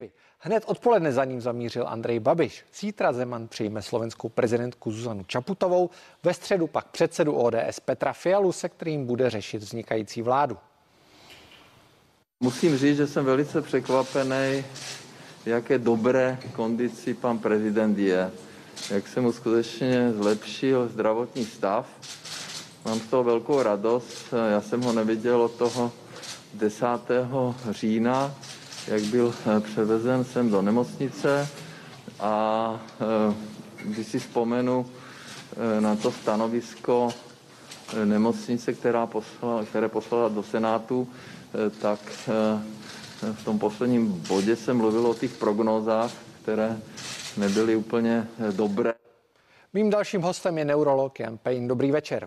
Hned odpoledne za ním zamířil Andrej Babiš. Zítra Zeman přijme slovenskou prezidentku Zuzanu Čaputovou, ve středu pak předsedu ODS Petra Fialu, se kterým bude řešit vznikající vládu. Musím říct, že jsem velice překvapený, jaké dobré kondici pan prezident je. Jak se mu skutečně zlepšil zdravotní stav. Mám z toho velkou radost. Já jsem ho neviděl od toho 10. října, jak byl převezen sem do nemocnice, a když si vzpomenu na to stanovisko nemocnice, které poslala do Senátu, tak v tom posledním bodě se mluvilo o těch prognózách, které nebyly úplně dobré. Mým dalším hostem je neurolog Jan Pejn. Dobrý večer.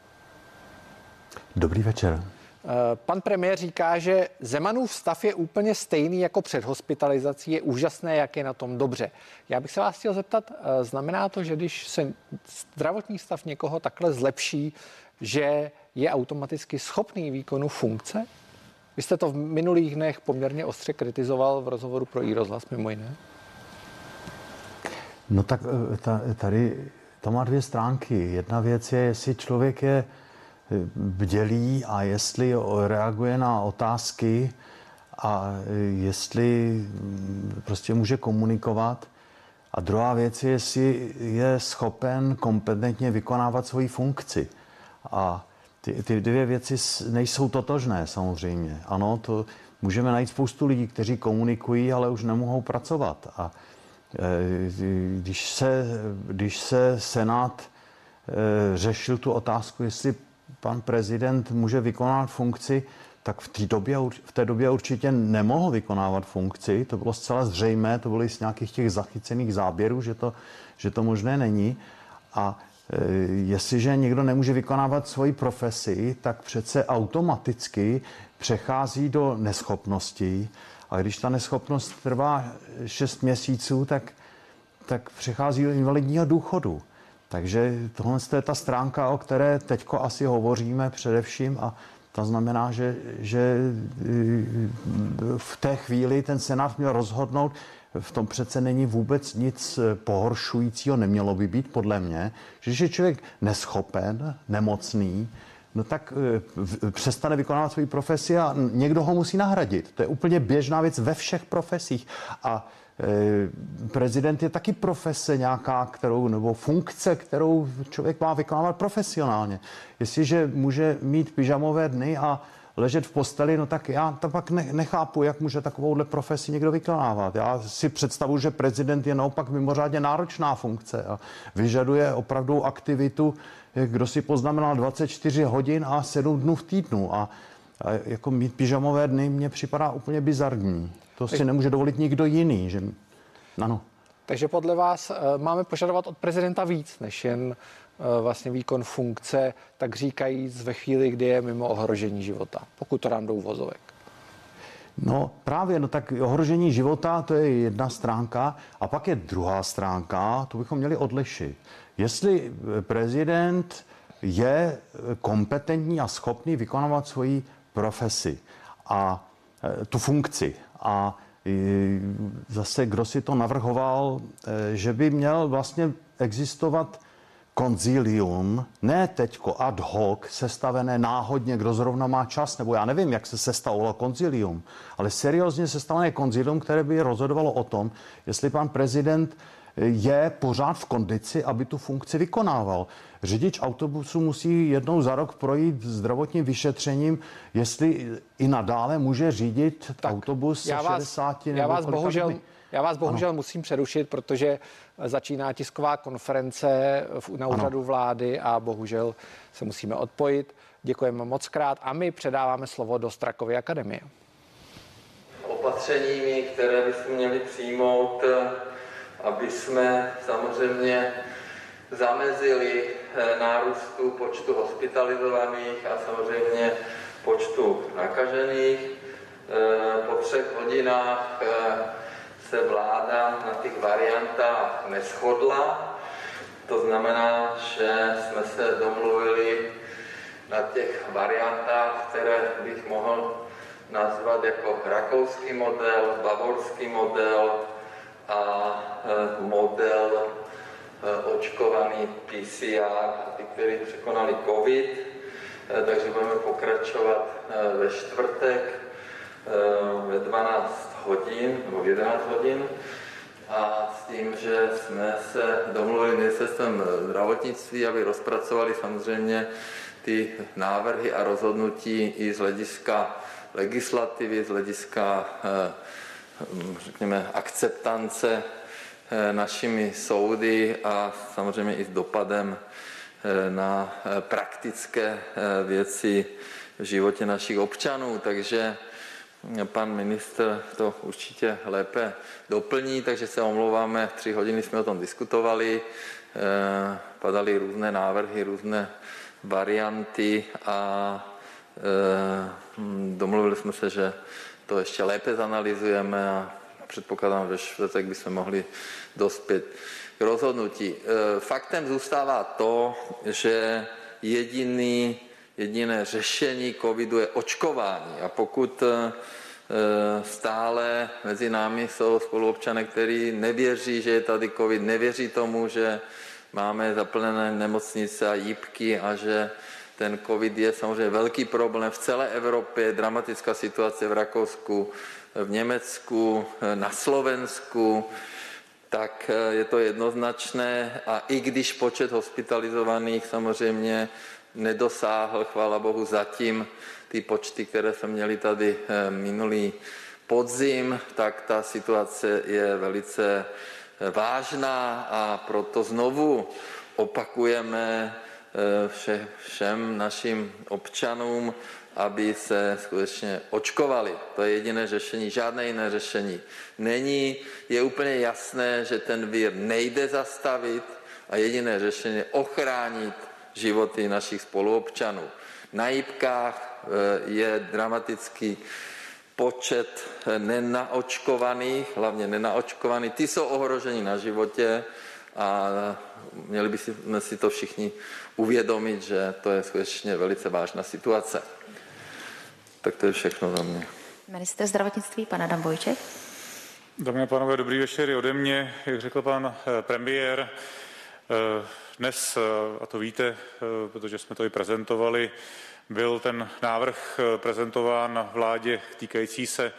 Dobrý večer. Pan premiér říká, že Zemanův stav je úplně stejný jako před hospitalizací. Je úžasné, jak je na tom dobře. Já bych se vás chtěl zeptat, znamená to, že když se zdravotní stav někoho takhle zlepší, že je automaticky schopný výkonu funkce? Vy jste to v minulých dnech poměrně ostře kritizoval v rozhovoru pro iRozhlas mimo jiné. No tak tady to má dvě stránky. Jedna věc je, jestli člověk je bdělý a jestli reaguje na otázky a jestli prostě může komunikovat. A druhá věc je, jestli je schopen kompetentně vykonávat svoji funkci. A ty dvě věci nejsou totožné samozřejmě. Ano, to můžeme najít spoustu lidí, kteří komunikují, ale už nemohou pracovat. A když se Senát řešil tu otázku, jestli pan prezident může vykonávat funkci, tak v té době určitě nemohl vykonávat funkci. To bylo zcela zřejmé, to bylo i z nějakých těch zachycených záběrů, že to možné není. A jestliže někdo nemůže vykonávat svoji profesi, tak přece automaticky přechází do neschopnosti. A když ta neschopnost trvá 6 měsíců, tak přechází do invalidního důchodu. Takže tohle je ta stránka, o které teďko asi hovoříme především, a to znamená, že v té chvíli ten Senát měl rozhodnout. V tom přece není vůbec nic pohoršujícího, nemělo by být podle mě, že když je člověk neschopen, nemocný, no tak přestane vykonávat svou profesi a někdo ho musí nahradit. To je úplně běžná věc ve všech profesích. A prezident je taky profese nějaká, nebo funkce, kterou člověk má vykonávat profesionálně. Jestliže může mít pyžamové dny a ležet v posteli, no tak já to pak nechápu, jak může takovouhle profesi někdo vykonávat. Já si představuji, že prezident je naopak mimořádně náročná funkce a vyžaduje opravdu aktivitu, kdo si poznamenal 24 hodin a 7 dnů v týdnu. A jako mít pyžamové dny mně připadá úplně bizarní. To si nemůže dovolit nikdo jiný. Že... Ano. Takže podle vás máme požadovat od prezidenta víc, než jen vlastně výkon funkce, tak říkajíc ve chvíli, kdy je mimo ohrožení života, pokud to dám do uvozovek. No právě, no tak ohrožení života, to je jedna stránka, a pak je druhá stránka, to bychom měli odlišit. Jestli prezident je kompetentní a schopný vykonávat svoji profesi a tu funkci, a zase kdo si to navrhoval, že by měl vlastně existovat konzilium, ne teďko ad hoc, sestavené náhodně, kdo zrovna má čas, nebo já nevím, jak se sestavilo konzilium, ale seriózně sestavené konzilium, které by rozhodovalo o tom, jestli pan prezident je pořád v kondici, aby tu funkci vykonával. Řidič autobusu musí jednou za rok projít zdravotním vyšetřením, jestli i nadále může řídit autobus se 60 nebo Já vás bohužel musím přerušit, protože začíná tisková konference na úřadu vlády a bohužel se musíme odpojit. Děkujeme moc krát a my předáváme slovo do Strakovy akademie. Opatřeními, které bychom měli přijmout, aby jsme samozřejmě zamezili nárůstu počtu hospitalizovaných a samozřejmě počtu nakažených. Po 3 hodinách se vláda na těch variantách neshodla. To znamená, že jsme se domluvili na těch variantách, které bych mohl nazvat jako rakouský model, bavorský model a model očkovaný PCR, ty, kteří překonali COVID. Takže budeme pokračovat ve čtvrtek ve 12 hodin nebo v 11 hodin. A s tím, že jsme se domluvili ministerstvem zdravotnictví, aby rozpracovali samozřejmě ty návrhy a rozhodnutí i z hlediska legislativy, z hlediska, řekněme, akceptance našimi soudy a samozřejmě i s dopadem na praktické věci v životě našich občanů. Takže pan ministr to určitě lépe doplní, takže se omlouváme, 3 hodiny jsme o tom diskutovali, padaly různé návrhy, různé varianty a domluvili jsme se, že to ještě lépe zanalyzujeme a předpokládám, že ve čtvrtek bychom mohli dospět k rozhodnutí. Faktem zůstává to, že jediné řešení covidu je očkování. A pokud stále mezi námi jsou spoluobčané, kteří nevěří, že je tady covid, nevěří tomu, že máme zaplněné nemocnice a jípky a že ten covid je samozřejmě velký problém v celé Evropě, dramatická situace v Rakousku, v Německu, na Slovensku, tak je to jednoznačné a i když počet hospitalizovaných samozřejmě nedosáhl, chvála Bohu, zatím ty počty, které jsme měli tady minulý podzim, tak ta situace je velice vážná a proto znovu opakujeme všem našim občanům, aby se skutečně očkovali. To je jediné řešení, žádné jiné řešení není. Je úplně jasné, že ten vír nejde zastavit a jediné řešení je ochránit životy našich spoluobčanů. Na jípkách je dramatický počet nenaočkovaných, hlavně nenaočkovaných. Ty jsou ohroženi na životě a měli bychom si to všichni uvědomit, že to je skutečně velice vážná situace. Tak to je všechno za mě. Ministr zdravotnictví, pan Adam Vojtěch. Dámy a pánové, dobrý večer i ode mě. Jak řekl pan premiér, dnes, a to víte, protože jsme to i prezentovali, byl ten návrh prezentován vládě týkající se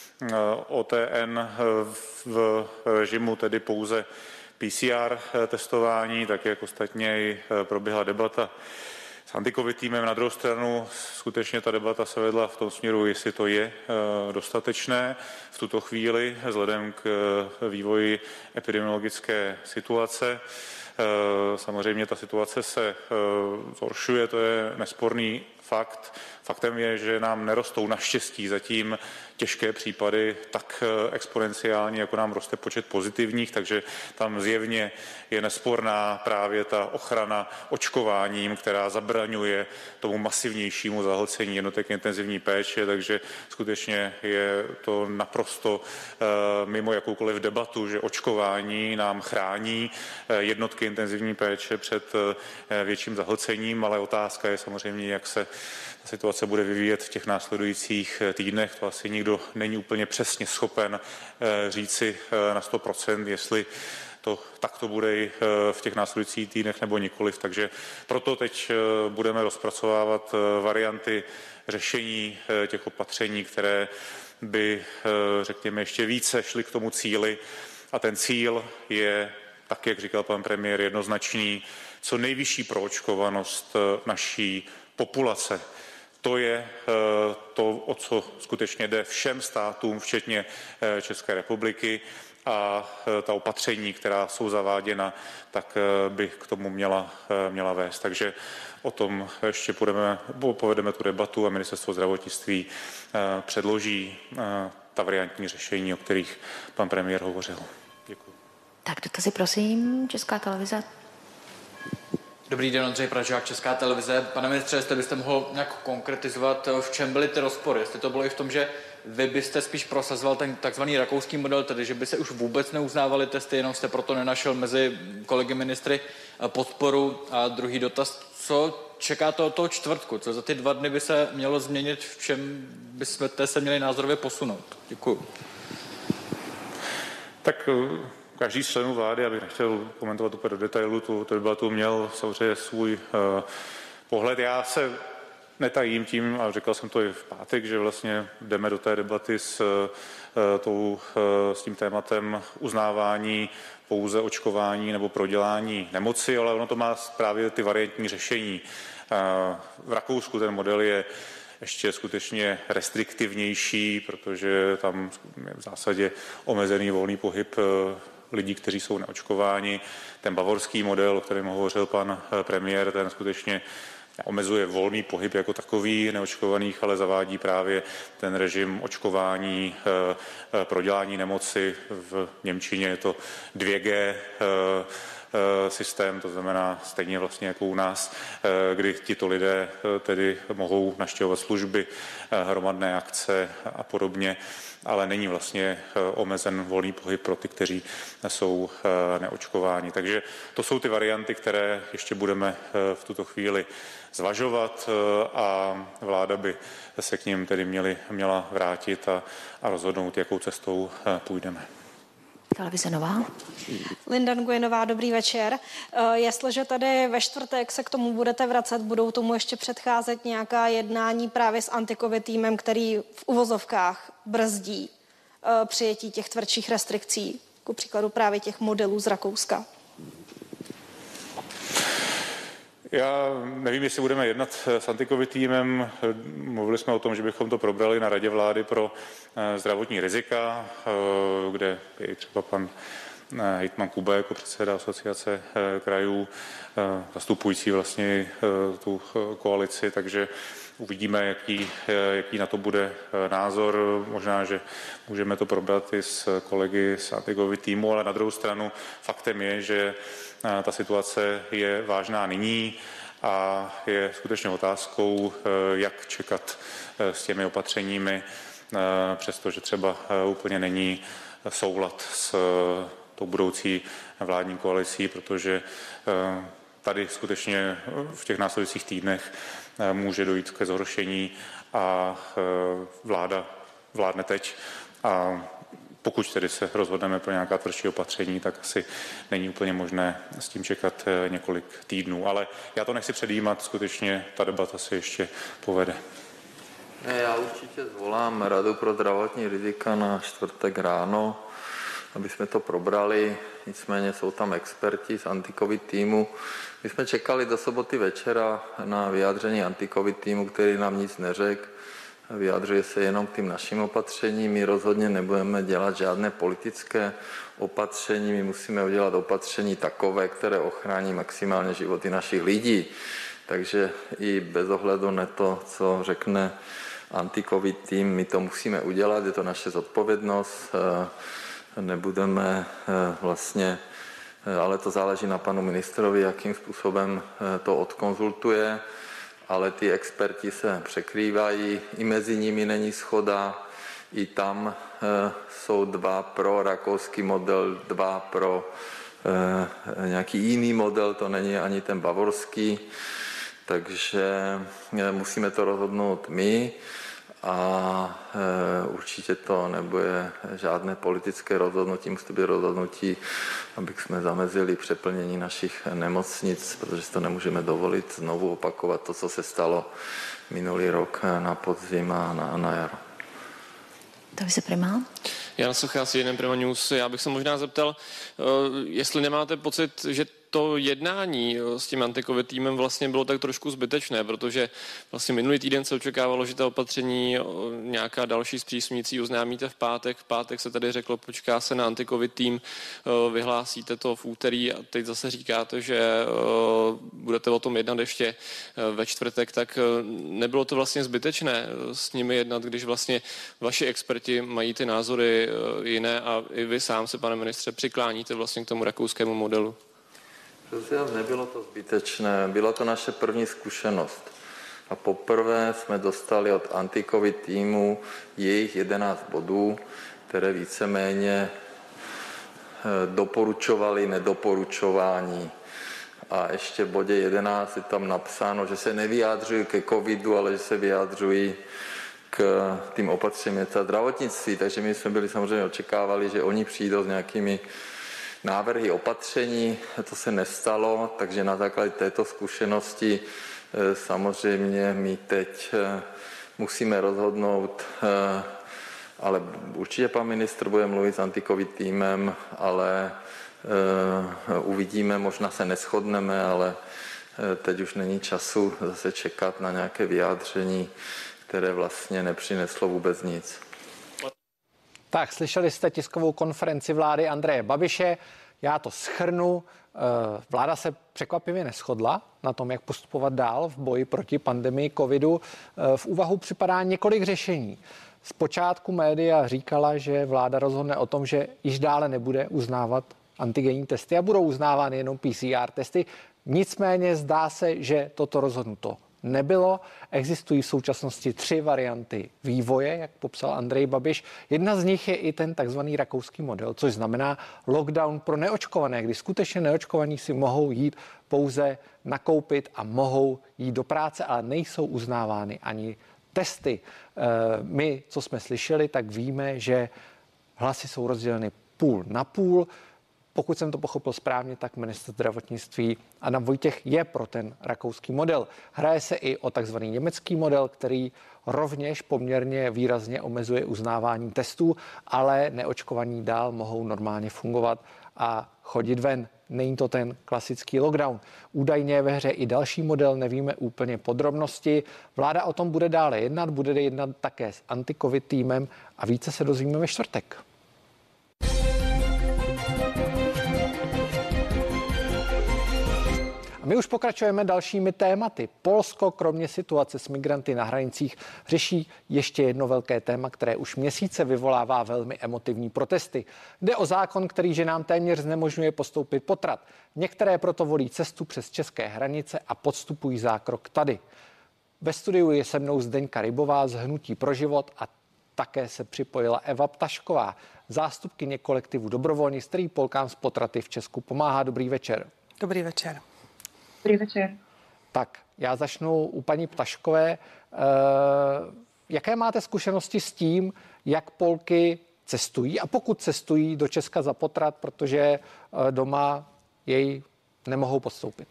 OTN v režimu tedy pouze PCR testování, tak jak ostatně i proběhla debata s anticovid týmem. Na druhou stranu skutečně ta debata se vedla v tom směru, jestli to je dostatečné v tuto chvíli vzhledem k vývoji epidemiologické situace. Samozřejmě ta situace se zhoršuje, to je nesporný fakt. Faktem je, že nám nerostou naštěstí zatím těžké případy tak exponenciálně, jako nám roste počet pozitivních, takže tam zjevně je nesporná právě ta ochrana očkováním, která zabraňuje tomu masivnějšímu zahlcení jednotek intenzivní péče, takže skutečně je to naprosto mimo jakoukoliv debatu, že očkování nám chrání jednotky intenzivní péče před větším zahlcením, ale otázka je samozřejmě, jak se situace bude vyvíjet v těch následujících týdnech. To asi nikdo není úplně přesně schopen říci na 100%, jestli to takto bude i v těch následujících týdnech nebo nikoliv. Takže proto teď budeme rozpracovávat varianty řešení těch opatření, které by, řekněme, ještě více šly k tomu cíli. A ten cíl je, tak jak říkal pan premiér, jednoznačný, co nejvyšší proočkovanost naší populace. To je to, o co skutečně jde všem státům, včetně České republiky, a ta opatření, která jsou zaváděna, tak by k tomu měla vést. Takže o tom ještě povedeme tu debatu a ministerstvo zdravotnictví předloží ta variantní řešení, o kterých pan premiér hovořil. Děkuji. Tak dotazy prosím, Česká televize. Dobrý den, Ondřej Pražák, Česká televize. Pane ministře, jestli byste mohl nějak konkretizovat, v čem byly ty rozpory? Jestli to bylo i v tom, že vy byste spíš prosazoval ten takzvaný rakouský model, tedy že by se už vůbec neuznávaly testy, jenom jste proto nenašel mezi kolegy ministry podporu. A druhý dotaz, Co čeká toho čtvrtku? Co za ty 2 dny by se mělo změnit, v čem byste se měli názorově posunout? Děkuju. Tak každý z členů vlády, já bych nechtěl komentovat úplně do detailu, tu debatu měl samozřejmě svůj pohled. Já se netajím tím, a říkal jsem to i v pátek, že vlastně jdeme do té debaty s tím tématem uznávání pouze očkování nebo prodělání nemoci, ale ono to má právě ty variantní řešení. V Rakousku ten model je ještě skutečně restriktivnější, protože tam je v zásadě omezený volný pohyb lidí, kteří jsou neočkováni. Ten bavorský model, o kterém hovořil pan premiér, ten skutečně omezuje volný pohyb jako takový neočkovaných, ale zavádí právě ten režim očkování, prodělání nemoci. V němčině je to 2G systém, to znamená stejně vlastně jako u nás, kdy tito lidé tedy mohou navštěvovat služby, hromadné akce a podobně, ale není vlastně omezen volný pohyb pro ty, kteří jsou neočkováni. Takže to jsou ty varianty, které ještě budeme v tuto chvíli zvažovat a vláda by se k nim tedy měla vrátit a rozhodnout, jakou cestou půjdeme. Televize Nová. Linda Nguyenová, dobrý večer. Jestliže tady ve čtvrtek se k tomu budete vracet, budou tomu ještě předcházet nějaká jednání právě s anti-covid týmem, který v uvozovkách brzdí přijetí těch tvrdších restrikcí, ku příkladu právě těch modelů z Rakouska? Já nevím, jestli budeme jednat s anti-covid týmem. Mluvili jsme o tom, že bychom to probrali na Radě vlády pro zdravotní rizika, kde je i třeba pan hejtman Kuba jako předseda asociace krajů, zastupující vlastně tu koalici, takže uvidíme, jaký na to bude názor. Možná, že můžeme to probrat i s kolegy z anti-covid týmu, ale na druhou stranu faktem je, že ta situace je vážná nyní a je skutečně otázkou, jak čekat s těmi opatřeními, přestože třeba úplně není soulad s tou budoucí vládní koalicí, protože tady skutečně v těch následujících týdnech může dojít ke zhoršení a vláda vládne teď a pokud tedy se rozhodneme pro nějaká tvrdší opatření, tak asi není úplně možné s tím čekat několik týdnů. Ale já to nechci předjímat, skutečně ta debata se ještě povede. Já určitě zvolám Radu pro zdravotní rizika na čtvrtek ráno, aby jsme to probrali. Nicméně jsou tam experti z anti-covid týmu. My jsme čekali do soboty večera na vyjádření anti-covid týmu, který nám nic neřekl. Vyjadřuje se jenom k tým našim opatřením. My rozhodně nebudeme dělat žádné politické opatření. My musíme udělat opatření takové, které ochrání maximálně životy našich lidí. Takže i bez ohledu na to, co řekne anti-covid tým, my to musíme udělat, je to naše zodpovědnost. Nebudeme vlastně, ale to záleží na panu ministrovi, jakým způsobem to odkonzultuje. Ale ty experti se překrývají, i mezi nimi není shoda, i tam jsou 2 pro rakouský model, 2 pro nějaký jiný model, to není ani ten bavorský, takže musíme to rozhodnout my a určitě to nebude žádné politické rozhodnutí, musí to být rozhodnutí, abychom zamezili přeplnění našich nemocnic, protože si to nemůžeme dovolit znovu opakovat to, co se stalo minulý rok na podzim a na jaro. Televize Prima. Jan Socha, CNN Prima News. Já bych se možná zeptal, jestli nemáte pocit, že to jednání s tím anti-covid týmem vlastně bylo tak trošku zbytečné, protože vlastně minulý týden se očekávalo, že ta opatření nějaká další zpřísňující oznámíte v pátek. V pátek se tady řeklo, počká se na anti-covid tým, vyhlásíte to v úterý a teď zase říkáte, že budete o tom jednat ještě ve čtvrtek, tak nebylo to vlastně zbytečné s nimi jednat, když vlastně vaši experti mají ty názory jiné a i vy sám se, pane ministře, přikláníte vlastně k tomu rakouskému modelu? Nebylo to zbytečné, byla to naše první zkušenost. A poprvé jsme dostali od anti-covid týmu jejich 11 bodů, které víceméně doporučovali nedoporučování. A ještě v bodě 11 je tam napsáno, že se nevyjádřují ke covidu, ale že se vyjádřují k tým opatřením zdravotnictví. Takže my jsme byli samozřejmě očekávali, že oni přijdou s nějakými návrhy opatření. To se nestalo, takže na základě této zkušenosti samozřejmě my teď musíme rozhodnout, ale určitě pan ministr bude mluvit s anti-covid týmem, ale uvidíme, možná se neshodneme, ale teď už není času zase čekat na nějaké vyjádření, které vlastně nepřineslo vůbec nic. Tak, slyšeli jste tiskovou konferenci vlády Andreje Babiše. Já to shrnu. Vláda se překvapivě neshodla na tom, jak postupovat dál v boji proti pandemii covidu. V úvahu připadá několik řešení. Zpočátku média říkala, že vláda rozhodne o tom, že již dále nebude uznávat antigenní testy a budou uznávány jenom PCR testy. Nicméně zdá se, že toto rozhodnuto nebylo. Existují v současnosti 3 varianty vývoje, jak popsal Andrej Babiš. Jedna z nich je i ten takzvaný rakouský model, což znamená lockdown pro neočkované, kdy skutečně neočkovaní si mohou jít pouze nakoupit a mohou jít do práce, ale nejsou uznávány ani testy. My, co jsme slyšeli, tak víme, že hlasy jsou rozděleny půl na půl. Pokud jsem to pochopil správně, tak ministr zdravotnictví Adam Vojtěch je pro ten rakouský model. Hraje se i o takzvaný německý model, který rovněž poměrně výrazně omezuje uznávání testů, ale neočkovaní dál mohou normálně fungovat a chodit ven. Není to ten klasický lockdown. Údajně ve hře i další model, nevíme úplně podrobnosti. Vláda o tom bude dále jednat, bude jednat také s anti-covid týmem a více se dozvíme ve čtvrtek. A my už pokračujeme dalšími tématy. Polsko kromě situace s migranty na hranicích řeší ještě jedno velké téma, které už měsíce vyvolává velmi emotivní protesty. Jde o zákon, který ženám téměř znemožňuje postoupit potrat. Některé proto volí cestu přes české hranice a podstupují zákrok tady. Ve studiu je se mnou Zdeňka Rybová z Hnutí pro život a také se připojila Eva Ptašková, zástupkyně kolektivu Dobrovolníci, který Polkám s potraty v Česku pomáhá. Dobrý večer. Dobrý večer. Dobrý večer. Tak, já začnu u paní Ptaškové. Jaké máte zkušenosti s tím, jak Polky cestují a pokud cestují do Česka za potrat, protože doma jej nemohou podstoupit?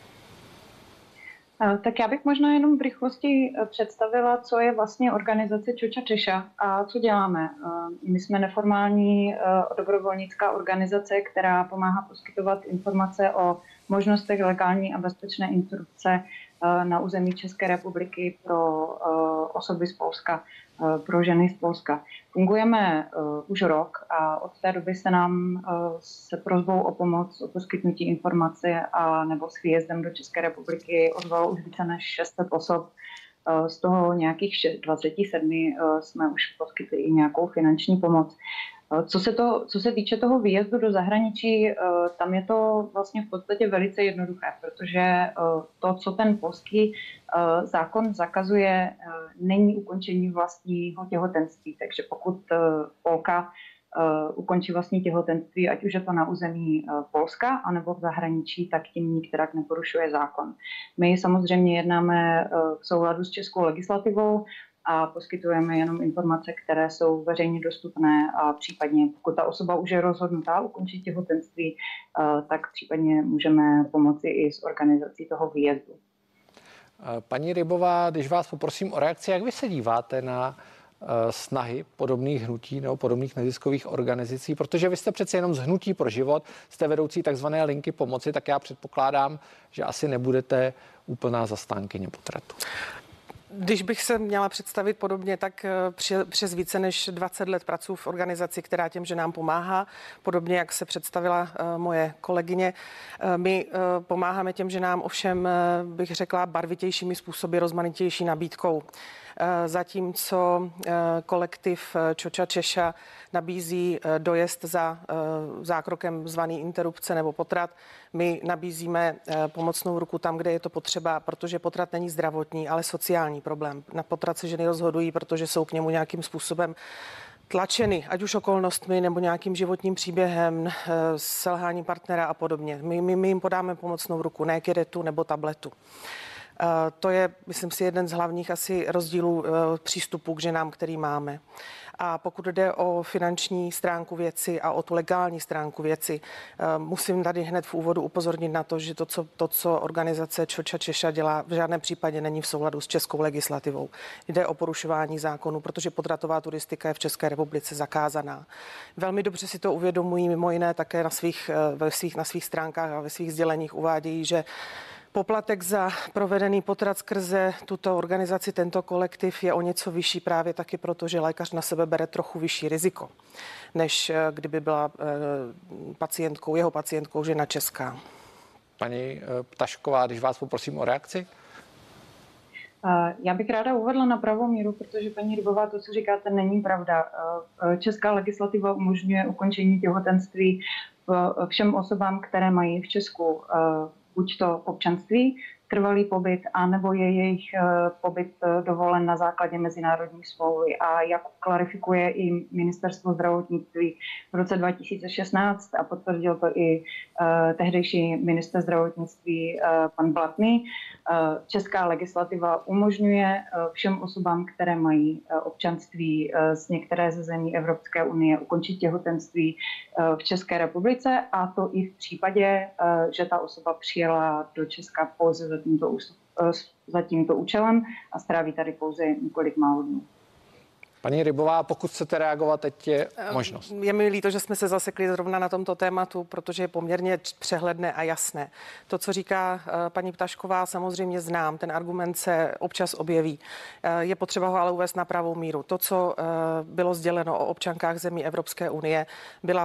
Tak já bych možná jenom v rychlosti představila, co je vlastně organizace Čoča Češa a co děláme. My jsme neformální dobrovolnická organizace, která pomáhá poskytovat informace o možnostech legální a bezpečné interrupce na území České republiky pro osoby z Polska, pro ženy z Polska. Fungujeme už rok a od té doby se nám se prosbou o pomoc, o poskytnutí informace a nebo s výjezdem do České republiky ozvalo už více než 600 osob. Z toho nějakých 27 jsme už poskytli i nějakou finanční pomoc. Co se týče toho výjezdu do zahraničí, tam je to vlastně v podstatě velice jednoduché, protože to, co ten polský zákon zakazuje, není ukončení vlastního těhotenství. Takže pokud Polka ukončí vlastní těhotenství, ať už je to na území Polska, anebo v zahraničí, tak tím nikterak neporušuje zákon. My samozřejmě jednáme v souladu s českou legislativou a poskytujeme jenom informace, které jsou veřejně dostupné a případně, pokud ta osoba už je rozhodnutá ukončit těhotenství, tak případně můžeme pomoci i s organizací toho výjezdu. Paní Rybová, když vás poprosím o reakci, jak vy se díváte na snahy podobných hnutí nebo podobných neziskových organizací, protože vy jste přece jenom z Hnutí pro život, jste vedoucí takzvané linky pomoci, tak já předpokládám, že asi nebudete úplná zastánkyně potratu. Když bych se měla představit podobně, tak přes více než 20 let pracuji v organizaci, která těm ženám pomáhá. Podobně, jak se představila moje kolegyně. My pomáháme těm ženám, ovšem bych řekla barvitějšími způsoby, rozmanitější nabídkou. Zatímco kolektiv Čoča Češa nabízí dojezd za zákrokem zvaný interrupce nebo potrat, my nabízíme pomocnou ruku tam, kde je to potřeba, protože potrat není zdravotní, ale sociální problém. Na potrat se ženy rozhodují, protože jsou k němu nějakým způsobem tlačeny, ať už okolnostmi nebo nějakým životním příběhem, selhání partnera a podobně. My jim podáme pomocnou ruku, ne kiretu nebo tabletu. To je, myslím si, jeden z hlavních asi rozdílů přístupu k ženám, který máme. A pokud jde o finanční stránku věci a o tu legální stránku věci, musím tady hned v úvodu upozornit na to, že to, co organizace Čoča Češa dělá, v žádném případě není v souladu s českou legislativou. Jde o porušování zákonů, protože potratová turistika je v České republice zakázaná. Velmi dobře si to uvědomují, mimo jiné také na svých stránkách a ve svých sděleních uvádějí, že poplatek za provedený potrat skrze tuto organizaci, tento kolektiv je o něco vyšší právě taky proto, že lékař na sebe bere trochu vyšší riziko, než kdyby byla jeho pacientkou žena česká. Paní Ptašková, když vás poprosím o reakci. Já bych ráda uvedla na pravou míru, protože paní Rybová, to, co říkáte, není pravda. Česká legislativa umožňuje ukončení těhotenství všem osobám, které mají v Česku buď to občanství, trvalý pobyt, anebo je jejich pobyt dovolen na základě mezinárodní smlouvy. A jak klarifikuje i Ministerstvo zdravotnictví v roce 2016 a potvrdil to i tehdejší ministr zdravotnictví pan Blatný, česká legislativa umožňuje všem osobám, které mají občanství z některé ze zemí Evropské unie, ukončit těhotenství v České republice, a to i v případě, že ta osoba přijela do Česka pouze za tímto účelem a stráví tady pouze několik málo dnů. Paní Rybová, pokud chcete reagovat, teď je možnost. Je mi líto, že jsme se zasekli zrovna na tomto tématu, protože je poměrně přehledné a jasné. To, co říká paní Ptašková, samozřejmě znám. Ten argument se občas objeví. Je potřeba ho ale uvést na pravou míru. To, co bylo sděleno o občankách zemí Evropské unie, byla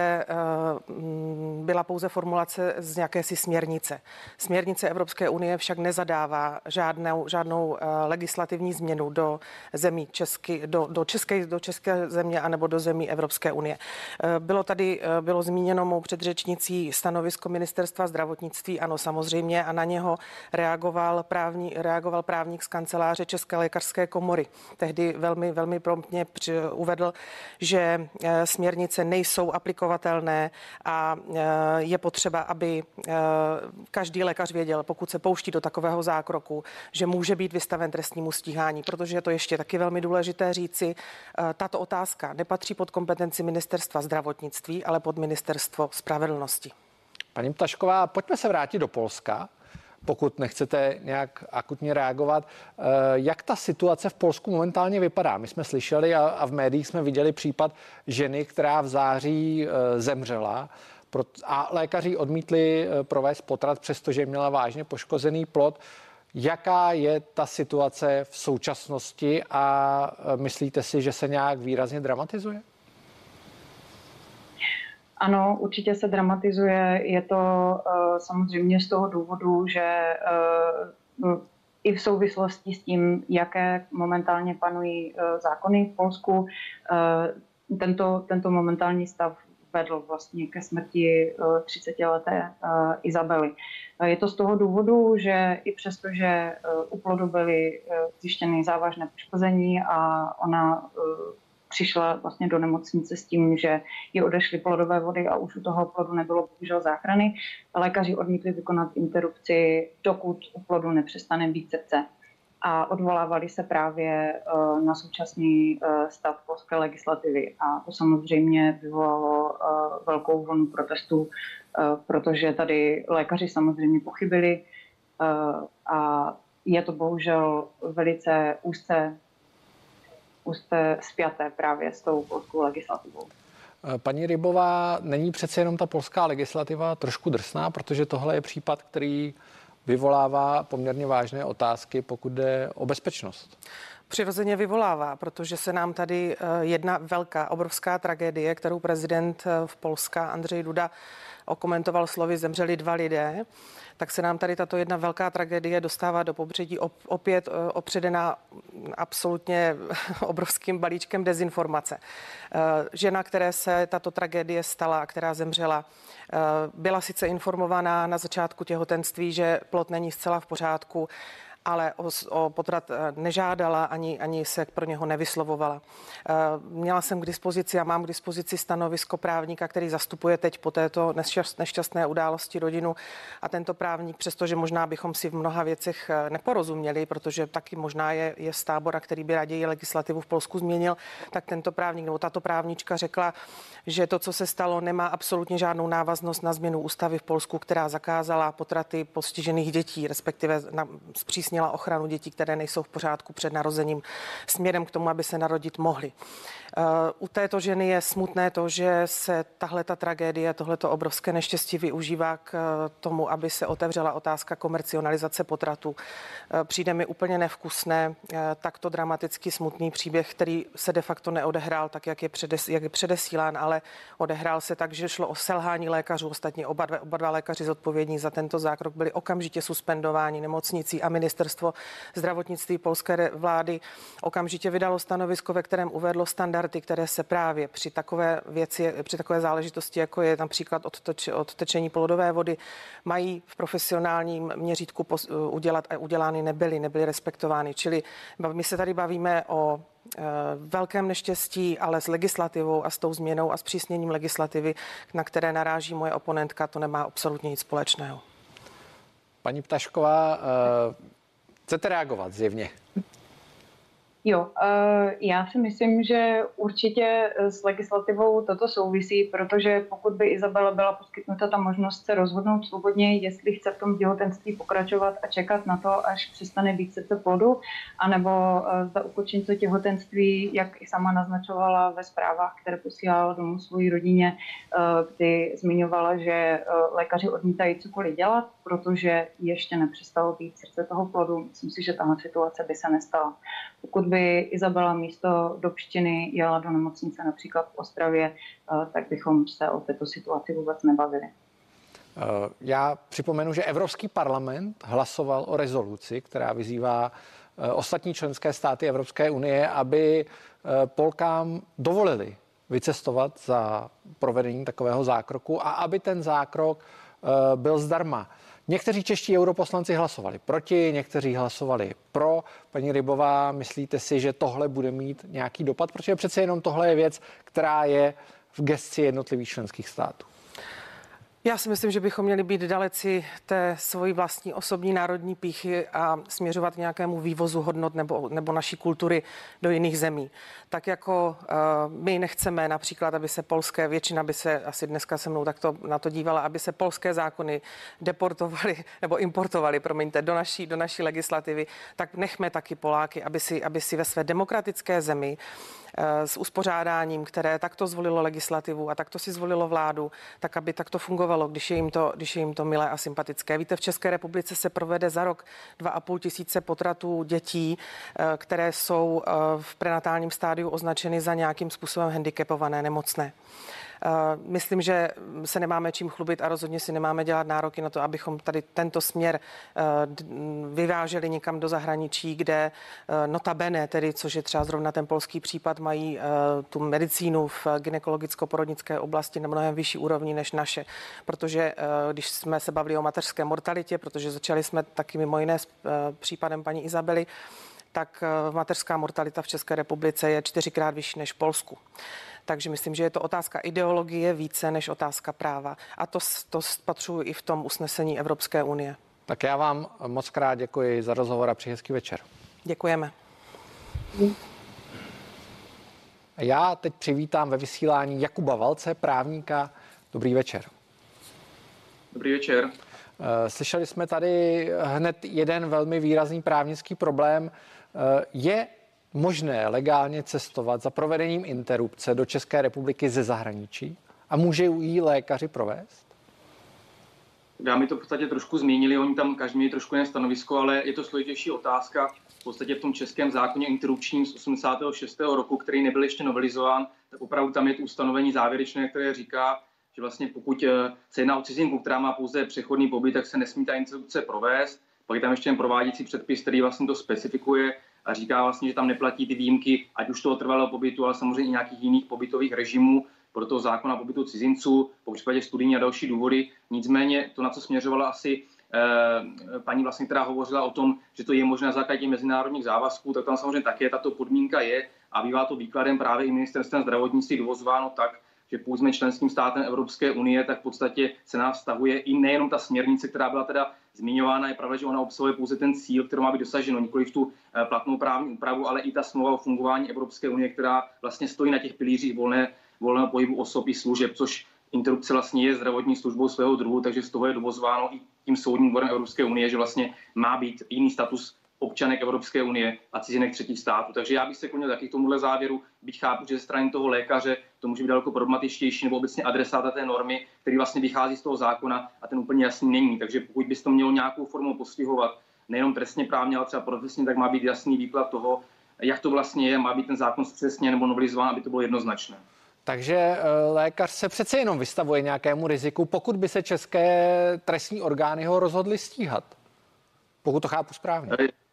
pouze formulace z jakési směrnice. Směrnice Evropské unie však nezadává žádnou legislativní změnu do zemí do české země anebo do zemí Evropské unie. Bylo zmíněno mou předřečnicí stanovisko Ministerstva zdravotnictví, ano, samozřejmě, a na něho reagoval právník z kanceláře České lékařské komory. Tehdy velmi promptně uvedl, že směrnice nejsou aplikovatelné a je potřeba, aby každý lékař věděl, pokud se pouští do takového zákroku, že může být vystaven trestnímu stíhání, protože je to ještě taky velmi důležité říci, tato otázka nepatří pod kompetenci Ministerstva zdravotnictví, ale pod Ministerstvo spravedlnosti. Paní Ptašková, pojďme se vrátit do Polska, pokud nechcete nějak akutně reagovat. Jak ta situace v Polsku momentálně vypadá? My jsme slyšeli a v médiích jsme viděli případ ženy, která v září zemřela a lékaři odmítli provést potrat, přestože měla vážně poškozený plod. Jaká je ta situace v současnosti a myslíte si, že se nějak výrazně dramatizuje? Ano, určitě se dramatizuje. Je to samozřejmě z toho důvodu, že i v souvislosti s tím, jaké momentálně panují zákony v Polsku, tento momentální stav vedl vlastně ke smrti 30leté Izabely. Je to z toho důvodu, že i přesto, že u plodu byly zjištěny závažné poškození a ona přišla vlastně do nemocnice s tím, že jí odešly plodové vody a už u toho plodu nebylo bohužel záchrany, lékaři odmítli vykonat interrupci, dokud u plodu nepřestane být srdce. A odvolávali se právě na současný stav polské legislativy. A to samozřejmě vyvolalo velkou vlnu protestů, protože tady lékaři samozřejmě pochybili a je to bohužel velice úzce spjaté právě s tou polskou legislativou. Paní Rybová, není přece jenom ta polská legislativa trošku drsná, protože tohle je případ, který vyvolává poměrně vážné otázky, pokud jde o bezpečnost? Přirozeně vyvolává, protože se nám tady jedna obrovská tragédie, kterou prezident v Polska Andrzej Duda okomentoval slovy zemřeli 2 lidé, tak se nám tady tato jedna velká tragédie dostává do popředí opět opředená absolutně obrovským balíčkem dezinformace. Žena, které se tato tragédie stala, která zemřela, byla sice informovaná na začátku těhotenství, že plod není zcela v pořádku, ale o potrat nežádala ani se pro něho nevyslovovala. Měla jsem k dispozici a mám k dispozici stanovisko právníka, který zastupuje teď po této nešťastné události rodinu, a tento právník, přestože možná bychom si v mnoha věcech neporozuměli, protože taky možná je z tábora, který by raději legislativu v Polsku změnil, tak tento právník nebo tato právnička řekla, že to, co se stalo, nemá absolutně žádnou návaznost na změnu ústavy v Polsku, která zakázala potraty postižených dětí, respektive zpřísnila ochranu dětí, které nejsou v pořádku před narozením, směrem k tomu, aby se narodit mohly. U této ženy je smutné to, že se tahleta tragédie, tohleto obrovské neštěstí využívá k tomu, aby se otevřela otázka komercionalizace potratu. Přijde mi úplně nevkusné takto dramaticky smutný příběh, který se de facto neodehrál tak, jak je předesílán, ale odehrál se tak, že šlo o selhání lékařů. Ostatně oba dva lékaři zodpovědní za tento zákrok byli okamžitě suspendováni nemocnicí a ministerstvo zdravotnictví polské vlády okamžitě vydalo stanovisko, ve kterém uvedlo standardy, které se právě při takové záležitosti, jako je například odtečení plodové vody, mají v profesionálním měřítku udělat a udělány nebyly respektovány. Čili my se tady bavíme o velkém neštěstí, ale s legislativou a s tou změnou a zpřísněním legislativy, na které naráží moje oponentka, to nemá absolutně nic společného. Paní Ptašková, chcete reagovat zjevně? Jo, já si myslím, že určitě s legislativou toto souvisí, protože pokud by Izabela byla poskytnuta ta možnost se rozhodnout svobodně, jestli chce v tom těhotenství pokračovat a čekat na to, až přestane být srdce plodu, anebo zda ukončit to těhotenství, jak i sama naznačovala ve zprávách, které posílala domů svojí rodině, kdy zmiňovala, že lékaři odmítají cokoliv dělat, protože ještě nepřestalo být srdce toho plodu. Myslím si, že tahle situace by se nestala. Pokud by Izabela místo do Pštiny jela do nemocnice například v Ostravě, tak bychom se o této situaci vůbec nebavili. Já připomenu, že Evropský parlament hlasoval o rezoluci, která vyzývá ostatní členské státy Evropské unie, aby Polkám dovolili vycestovat za provedení takového zákroku a aby ten zákrok byl zdarma. Někteří čeští europoslanci hlasovali proti, někteří hlasovali pro. Paní Rybová, myslíte si, že tohle bude mít nějaký dopad? Protože přece jenom tohle je věc, která je v gesci jednotlivých členských států. Já si myslím, že bychom měli být daleci té svojí vlastní osobní národní pýchy a směřovat k nějakému vývozu hodnot nebo naší kultury do jiných zemí. Tak jako my nechceme například, aby se polské, většina by se asi dneska se mnou takto na to dívala, aby se polské zákony deportovaly nebo importovaly, promiňte, do naší legislativy, tak nechme taky Poláky, aby si ve své demokratické zemi s uspořádáním, které takto zvolilo legislativu a takto si zvolilo vládu, tak aby takto fungovalo, když je jim to milé a sympatické. Víte, v České republice se provede za rok 2,5 tisíce potratů dětí, které jsou v prenatálním stádiu označeny za nějakým způsobem handicapované, nemocné. Myslím, že se nemáme čím chlubit a rozhodně si nemáme dělat nároky na to, abychom tady tento směr vyváželi někam do zahraničí, kde notabene, tedy což je třeba zrovna ten polský případ, mají tu medicínu v gynekologicko-porodnické oblasti na mnohem vyšší úrovni než naše. Protože když jsme se bavili o mateřské mortalitě, protože začali jsme taky mimo jiné s případem paní Izabely, tak mateřská mortalita v České republice je 4krát vyšší než v Polsku. Takže myslím, že je to otázka ideologie více než otázka práva. A to spatřuji i v tom usnesení Evropské unie. Tak já vám moc krát děkuji za rozhovor a přeji hezký večer. Děkujeme. Já teď přivítám ve vysílání Jakuba Valce, právníka. Dobrý večer. Dobrý večer. Slyšeli jsme tady hned jeden velmi výrazný právnický problém. Je možné legálně cestovat za provedením interrupce do České republiky ze zahraničí a může ji lékaři provést? Dámy to v podstatě trošku zmínili, oni tam každý měli trošku jiné stanovisko, ale je to složitější otázka. V podstatě v tom českém zákoně interrupčním z 86. roku, který nebyl ještě novelizován, tak opravdu tam je to ustanovení závěrečné, které říká, že vlastně pokud se jedná o cizinku, která má pouze přechodný pobyt, tak se nesmí ta interrupce provést. Pak je tam ještě ten prováděcí předpis, který vlastně to specifikuje a říká vlastně, že tam neplatí ty výjimky, ať už toho trvalého pobytu, ale samozřejmě i nějakých jiných pobytových režimů, pro toho zákona pobytu cizinců, po případě studijní a další důvody. Nicméně to, na co směřovala asi paní vlastně, která hovořila o tom, že to je možné na základě mezinárodních závazků, tak tam samozřejmě také tato podmínka je a bývá to výkladem právě i ministerstvem zdravotnictví dovozováno tak, že pokud jsme členským státem Evropské unie, tak v podstatě se nás vztahuje i nejenom ta směrnice, která byla teda zmiňována, je pravda, že ona obsahuje pouze ten cíl, který má být dosaženo, nikoli v tu platnou právní úpravu, ale i ta smlouva o fungování Evropské unie, která vlastně stojí na těch pilířích volného pohybu osob i služeb, což interrupce vlastně je zdravotní službou svého druhu, takže z toho je dovozováno i tím soudním dvorem Evropské unie, že vlastně má být jiný status občanek Evropské unie a cizinek třetích států. Takže já bych se klonil taky k tomuhle závěru, byť chápu, že ze strany toho lékaře to může být daleko problematičtější nebo obecně adresáta té normy, který vlastně vychází z toho zákona a ten úplně jasný není. Takže pokud bys to mělo nějakou formou postihovat, nejenom trestně právně, ale třeba profesně, tak má být jasný výklad toho, jak to vlastně je, má být ten zákon zpřesněn nebo novelizován, aby to bylo jednoznačné. Takže lékař se přece jenom vystavuje nějakému riziku, pokud by se české trestní orgány ho rozhodly stíhat. Pokud to chápu správně.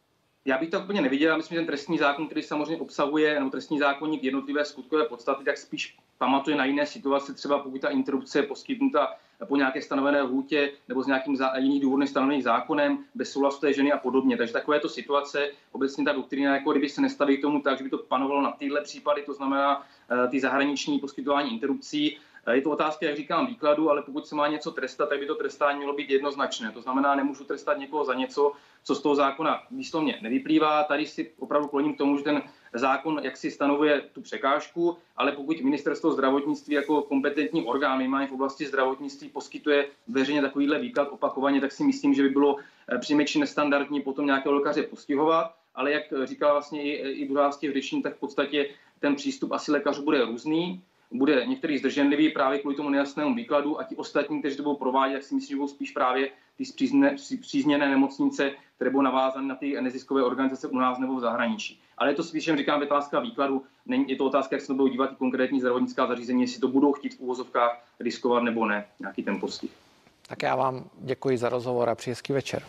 Já bych to úplně neviděl. Já myslím, že ten trestní zákon, který samozřejmě obsahuje, nebo trestní zákonník jednotlivé skutkové podstaty, tak spíš pamatuje na jiné situace, třeba pokud ta interrupce je poskytnuta po nějaké stanovené lhůtě nebo z nějakým jiných důvodů stanovených zákonem, bez souhlasu té ženy a podobně. Takže takovéto situace, obecně ta doktrína, jako kdyby se nestaví k tomu tak, že by to panovalo na tyhle případy, to znamená ty zahraniční poskytování interrupcí. Je to otázka, jak říkám, výkladu, ale pokud se má něco trestat, tak by to trestání mělo být jednoznačné. To znamená, nemůžu trestat někoho za něco, co z toho zákona výslovně nevyplývá. Tady si opravdu kloním k tomu, že ten zákon jaksi stanovuje tu překážku, ale pokud ministerstvo zdravotnictví jako kompetentní orgán minimálně v oblasti zdravotnictví poskytuje veřejně takovýhle výklad opakovaně, tak si myslím, že by bylo přinejmenším nestandardní potom nějakého lékaře postihovat. Ale jak říkala vlastně i druhá z těch řečení, tak v podstatě ten přístup asi lékařů bude různý. Bude některý zdrženlivý právě kvůli tomu nejasnému výkladu a ti ostatní, kteří to budou provádět, tak si myslím, že budou spíš právě ty spřízněné nemocnice, které budou navázány na ty neziskové organizace u nás nebo v zahraničí. Ale je to spíš, jak říkám, otázka výkladu. Je to otázka, jak se to budou dívat i konkrétní zdravotnická zařízení, jestli to budou chtít v úvozovkách riskovat nebo ne, nějaký ten postih. Tak já vám děkuji za rozhovor a přeji hezký večer.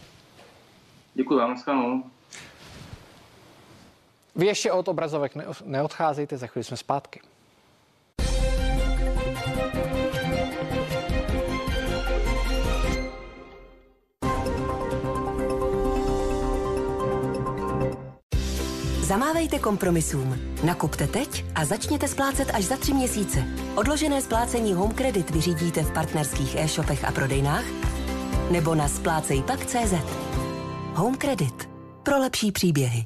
Děkuji vám, nashledanou. Vy ještě od obrazovek neodcházejte, za chvíli jsme zpátky. Zamávejte kompromisům. Nakupte teď a začněte splácet až za 3 měsíce. Odložené splácení Home Credit vyřídíte v partnerských e-shopech a prodejnách nebo na splácejpak.cz. Home Credit. Pro lepší příběhy.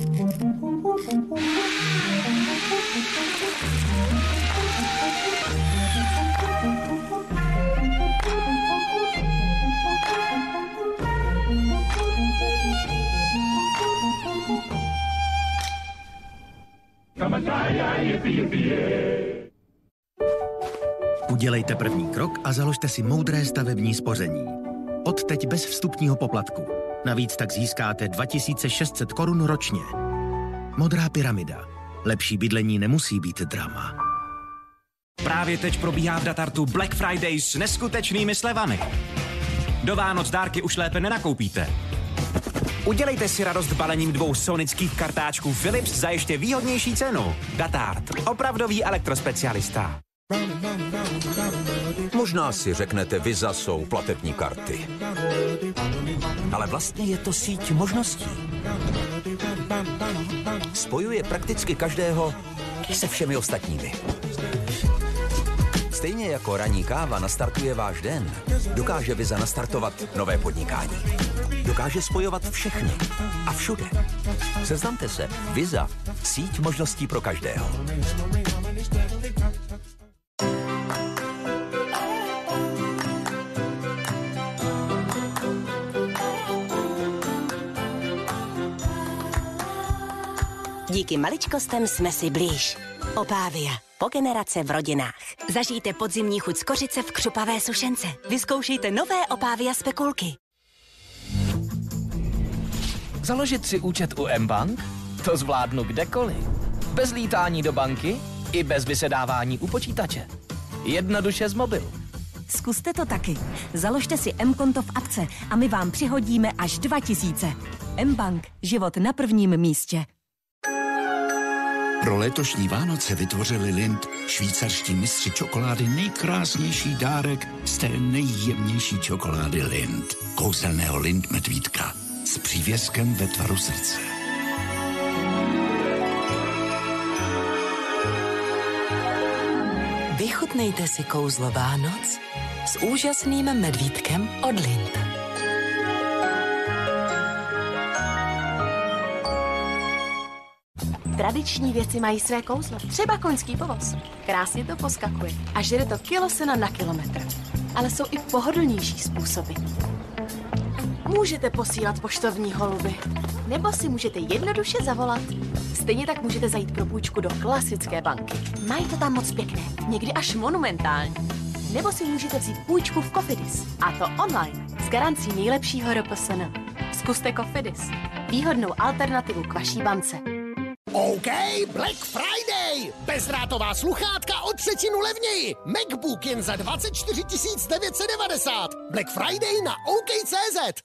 Udělejte první krok a založte si moudré stavební spoření. Odteď bez vstupního poplatku. Navíc tak získáte 2600 korun ročně. Modrá pyramida. Lepší bydlení nemusí být drama. Právě teď probíhá v Datartu Black Friday s neskutečnými slevami. Do Vánoc dárky už lépe nenakoupíte. Udělejte si radost balením 2 sonických kartáčků Philips za ještě výhodnější cenu. Datart. Opravdový elektrospecialista. Možná si řeknete, Visa jsou platební karty. Ale vlastně je to síť možností. Spojuje prakticky každého se všemi ostatními. Stejně jako ranní káva nastartuje váš den, dokáže Visa nastartovat nové podnikání. Dokáže spojovat všechny a všude. Seznamte se. Visa. Síť možností pro každého. Díky maličkostem jsme si blíž. Opavia. Po generace v rodinách. Zažijte podzimní chuť z kořice v křupavé sušence. Vyzkoušejte nové Opavia spekulky. Založit si účet u mBank? To zvládnu kdekoliv. Bez lítání do banky i bez vysedávání u počítače. Jednoduše z mobilu. Zkuste to taky. Založte si mKonto v apce a my vám přihodíme až 2000. mBank. Život na prvním místě. Pro letošní Vánoce vytvořili Lindt Švýcarští mistři čokolády nejkrásnější dárek z té nejjemnější čokolády Lindt. Kouzelného Lindt medvídka s přívěskem ve tvaru srdce. Vychutnejte si kouzlo Vánoc s úžasným medvídkem od Lindt. Tradiční věci mají své kouzlo. Třeba koňský povoz. Krásně to poskakuje a žere to kilo sena na kilometr. Ale jsou i pohodlnější způsoby. Můžete posílat poštovní holuby. Nebo si můžete jednoduše zavolat. Stejně tak můžete zajít pro půjčku do klasické banky. Mají to tam moc pěkné, někdy až monumentální. Nebo si můžete vzít půjčku v Cofidis. A to online s garancí nejlepšího RPSN. Zkuste Cofidis. Výhodnou alternativu k vaší bance. OK, Black Friday! Bezdrátová sluchátka o třetinu levněji. MacBook jen za 24 990. Black Friday na OK.cz.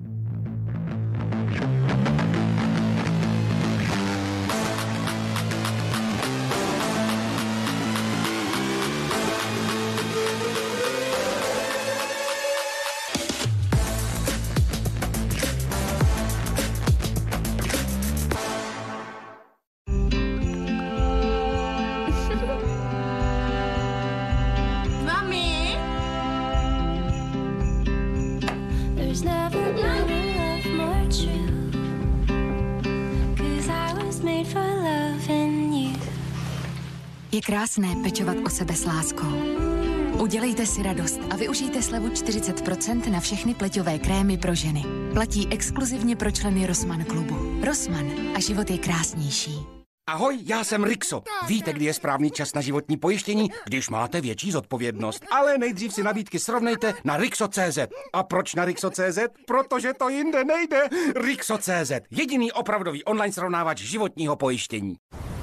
Je krásné pečovat o sebe s láskou. Udělejte si radost a využijte slevu 40% na všechny pleťové krémy pro ženy. Platí exkluzivně pro členy Rossmann klubu. Rossmann a život je krásnější. Ahoj, já jsem Rixo. Víte, kdy je správný čas na životní pojištění, když máte větší zodpovědnost. Ale nejdřív si nabídky srovnejte na Rixo.cz. A proč na Rixo.cz? Protože to jinde nejde. Rixo.cz. Jediný opravdový online srovnávač životního pojištění.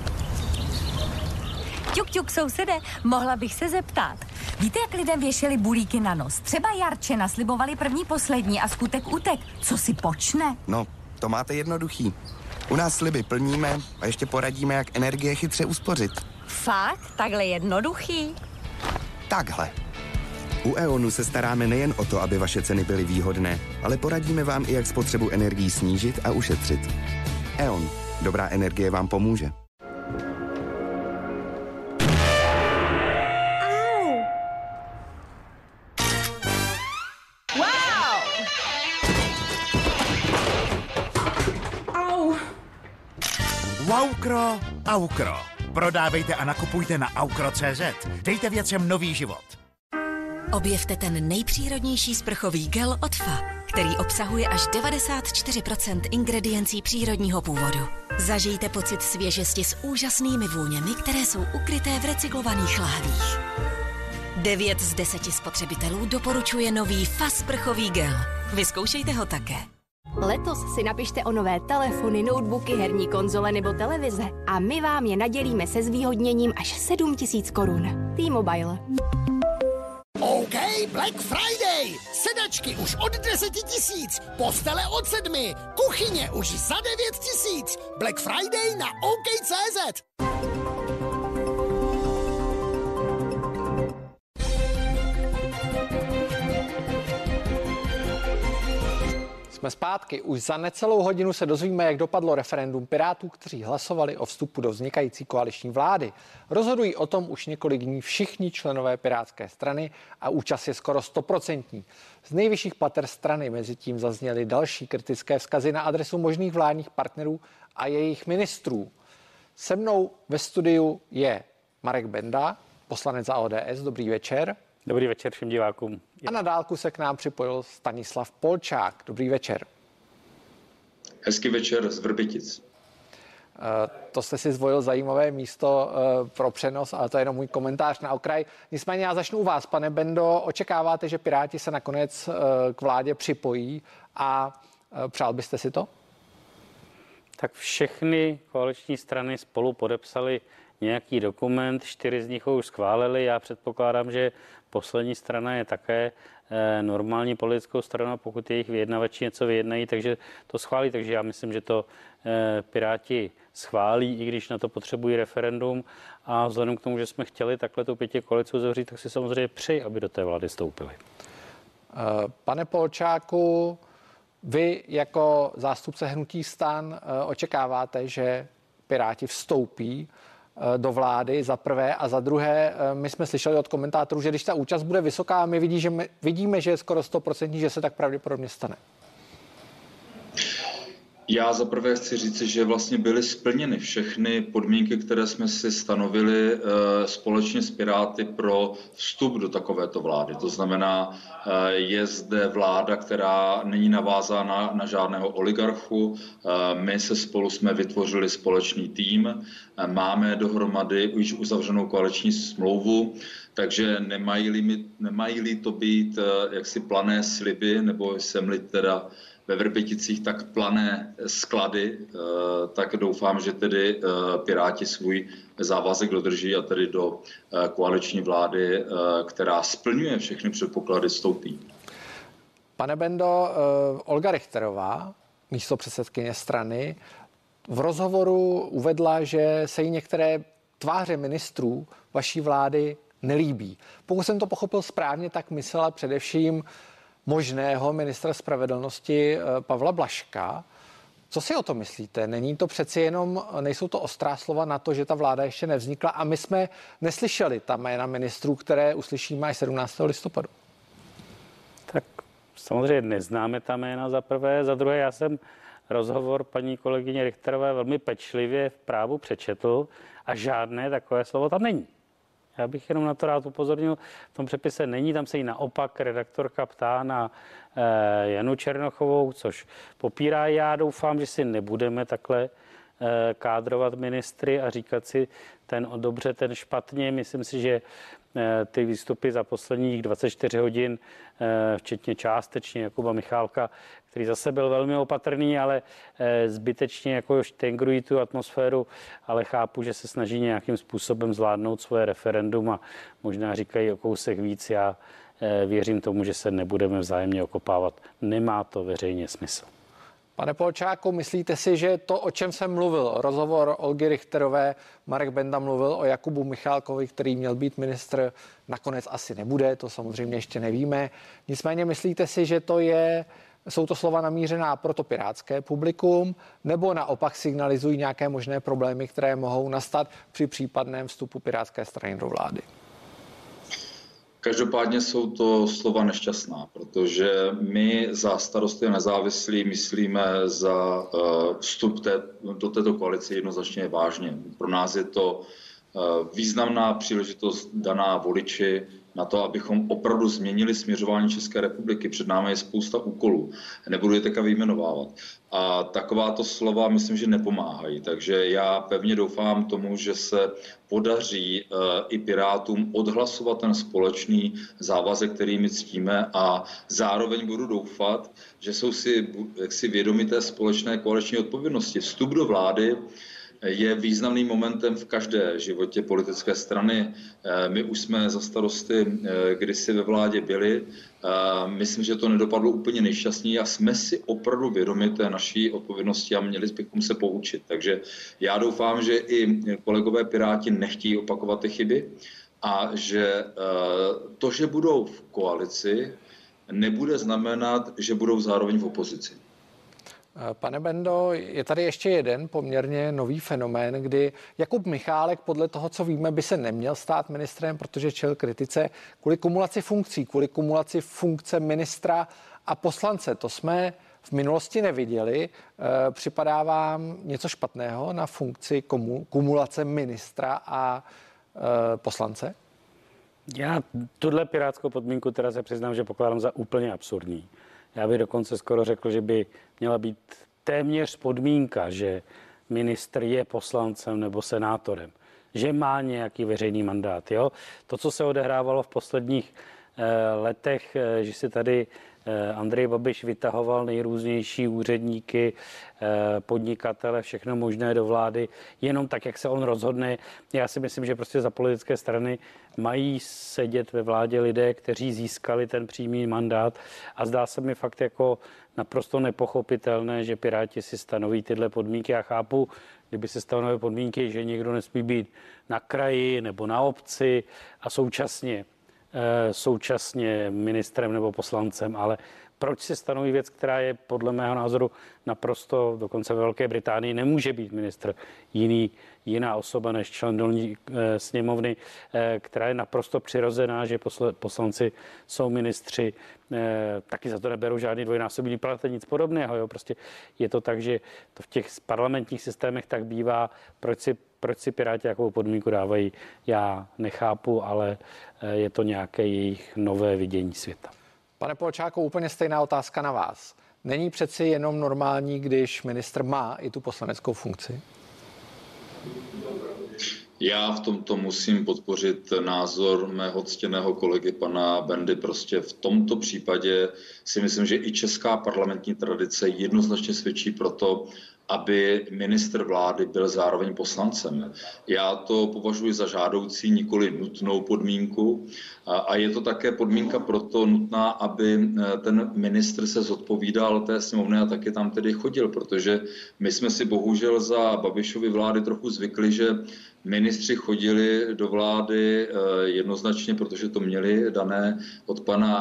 Ťuk, ťuk, sousede, mohla bych se zeptat. Víte, jak lidem věšeli bulíky na nos? Třeba Jarče naslibovali první poslední a skutek utek. Co si počne? No, to máte jednoduchý. U nás sliby plníme a ještě poradíme, jak energie chytře uspořit. Fakt? Takhle jednoduchý? Takhle. U E.ONu se staráme nejen o to, aby vaše ceny byly výhodné, ale poradíme vám i, jak spotřebu energií snížit a ušetřit. E.ON. Dobrá energie vám pomůže. Aukro, Aukro. Prodávejte a nakupujte na Aukro.cz. Dejte věcem nový život. Objevte ten nejpřírodnější sprchový gel od FA, který obsahuje až 94% ingrediencí přírodního původu. Zažijte pocit svěžesti s úžasnými vůněmi, které jsou ukryté v recyklovaných láhvích. 9 z 10 spotřebitelů doporučuje nový FA sprchový gel. Vyzkoušejte ho také. Letos si napište o nové telefony, notebooky, herní konzole nebo televize a my vám je nadělíme se zvýhodněním až 7 000 korun. T-Mobile. OK, Black Friday! Sedačky už od 10 000, postele od 7, kuchyně už za 9 000. Black Friday na OK.cz. Jsme zpátky. Už za necelou hodinu se dozvíme, jak dopadlo referendum Pirátů, kteří hlasovali o vstupu do vznikající koaliční vlády. Rozhodují o tom už několik dní všichni členové Pirátské strany a účast je skoro 100%. Z nejvyšších pater strany mezitím zazněly další kritické vzkazy na adresu možných vládních partnerů a jejich ministrů. Se mnou ve studiu je Marek Benda, poslanec za ODS. Dobrý večer. Dobrý večer všem divákům. A na dálku se k nám připojil Stanislav Polčák. Dobrý večer. Hezký večer z Vrbětic. To jste si zvolil zajímavé místo pro přenos, ale to je jenom můj komentář na okraj. Nicméně já začnu u vás. Pane Bendo, očekáváte, že Piráti se nakonec k vládě připojí a přál byste si to? Tak všechny koaliční strany spolu podepsali nějaký dokument, 4 z nich ho už schválili. Já předpokládám, že poslední strana je také normální politickou stranou, pokud jejich vyjednavači něco vyjednají, takže to schválí. Takže já myslím, že to Piráti schválí, i když na to potřebují referendum. A vzhledem k tomu, že jsme chtěli takhle tu pětikoalici uzavřít, tak si samozřejmě přeji, aby do té vlády vstoupili. Pane Polčáku, vy jako zástupce hnutí STAN očekáváte, že Piráti vstoupí do vlády za prvé a za druhé, my jsme slyšeli od komentátorů, že když ta účast bude vysoká a my vidíme, že je skoro 100%, že se tak pravděpodobně stane. Já za prvé chci říct, že vlastně byly splněny všechny podmínky, které jsme si stanovili společně s Piráty pro vstup do takovéto vlády. To znamená, je zde vláda, která není navázána na žádného oligarchu. My se spolu jsme vytvořili společný tým, máme dohromady už uzavřenou koaliční smlouvu, takže nemají-li to být jaksi plané sliby, nebo jsem-li teda ve Vrběticích tak plané sklady, tak doufám, že tedy Piráti svůj závazek dodrží a tedy do koaliční vlády, která splňuje všechny předpoklady, vstoupí. Pane Bendo, Olga Richterová, místopředsedkyně strany, v rozhovoru uvedla, že se jí některé tváře ministrů vaší vlády nelíbí. Pokud jsem to pochopil správně, tak myslela především možného ministra spravedlnosti Pavla Blažka. Co si o to myslíte? Není to přeci jenom, nejsou to ostrá slova na to, že ta vláda ještě nevznikla a my jsme neslyšeli ta jména ministrů, které uslyšíme až 17. listopadu? Tak samozřejmě neznáme ta jména za prvé, za druhé já jsem rozhovor paní kolegyně Richterové velmi pečlivě v Právu přečetl a žádné takové slovo tam není. Já bych jenom na to rád upozornil, v tom přepise není, tam se jí naopak redaktorka ptá na Janu Černochovou, což popírá. Já doufám, že si nebudeme takhle kádrovat ministry a říkat si ten dobře, ten špatně. Myslím si, že ty výstupy za posledních 24 hodin, včetně částečně Jakuba Michálka, který zase byl velmi opatrný, ale zbytečně jako štengrují tu atmosféru, ale chápu, že se snaží nějakým způsobem zvládnout svoje referendum a možná říkají o kousek víc. Já věřím tomu, že se nebudeme vzájemně okopávat. Nemá to veřejně smysl. Pane Polčáku, myslíte si, že to, o čem jsem mluvil, rozhovor Olgy Richterové, Marek Benda mluvil o Jakubu Michálkovi, který měl být ministr, nakonec asi nebude, to samozřejmě ještě nevíme. Nicméně myslíte si, že jsou to slova namířená pro to pirátské publikum, nebo naopak signalizují nějaké možné problémy, které mohou nastat při případném vstupu pirátské strany do vlády? Každopádně jsou to slova nešťastná, protože my za Starosty a nezávislí myslíme za vstup do této koalice jednoznačně vážně. Pro nás je to významná příležitost daná voliči na to, abychom opravdu změnili směřování České republiky. Před námi je spousta úkolů. Nebudu je teďka vyjmenovávat. A takováto slova myslím, že nepomáhají. Takže já pevně doufám tomu, že se podaří i Pirátům odhlasovat ten společný závazek, který my ctíme, a zároveň budu doufat, že jsou si jaksi vědomi té společné koaliční odpovědnosti. Vstup do vlády je významným momentem v každé životě politické strany. My už jsme za Starosty kdysi ve vládě byli. Myslím, že to nedopadlo úplně nejšťastněji a jsme si opravdu vědomi té naší odpovědnosti a měli bychom se poučit. Takže já doufám, že i kolegové Piráti nechtějí opakovat ty chyby a že to, že budou v koalici, nebude znamenat, že budou zároveň v opozici. Pane Bendo, je tady ještě jeden poměrně nový fenomén, kdy Jakub Michálek podle toho, co víme, by se neměl stát ministrem, protože čelil kritice kvůli kumulaci funkcí, kvůli kumulaci funkce ministra a poslance. To jsme v minulosti neviděli. Připadá vám něco špatného na funkci kumulace ministra a poslance? Já tuhle pirátskou podmínku teda se přiznám, že pokládám za úplně absurdní. Já bych dokonce skoro řekl, že by měla být téměř podmínka, že ministr je poslancem nebo senátorem, že má nějaký veřejný mandát. Jo? To, co se odehrávalo v posledních letech, že si tady Andrej Babiš vytahoval nejrůznější úředníky, podnikatele, všechno možné do vlády, jenom tak, jak se on rozhodne. Já si myslím, že prostě za politické strany mají sedět ve vládě lidé, kteří získali ten přímý mandát a zdá se mi fakt jako naprosto nepochopitelné, že Piráti si stanoví tyhle podmínky. Já chápu, kdyby se stanovily podmínky, že někdo nesmí být na kraji nebo na obci a současně ministrem nebo poslancem, ale proč si stanoví věc, která je podle mého názoru naprosto, dokonce ve Velké Británii nemůže být ministr jiná osoba než člen dolní sněmovny, která je naprosto přirozená, že poslanci jsou ministři, taky za to neberou žádný dvojnásobný plat, nic podobného. Jo? Prostě je to tak, že to v těch parlamentních systémech tak bývá. Proč si Piráti jakou podmínku dávají, já nechápu, ale je to nějaké jejich nové vidění světa. Pane Polčáku, úplně stejná otázka na vás. Není přeci jenom normální, když ministr má i tu poslaneckou funkci? Já v tomto musím podpořit názor mého ctěného kolegy pana Bendy. Prostě v tomto případě si myslím, že i česká parlamentní tradice jednoznačně svědčí pro to, aby ministr vlády byl zároveň poslancem. Já to považuji za žádoucí, nikoli nutnou podmínku. A je to také podmínka proto nutná, aby ten ministr se zodpovídal té sněmovny a taky tam tedy chodil, protože my jsme si bohužel za Babišovy vlády trochu zvykli, že ministři chodili do vlády jednoznačně, protože to měli dané od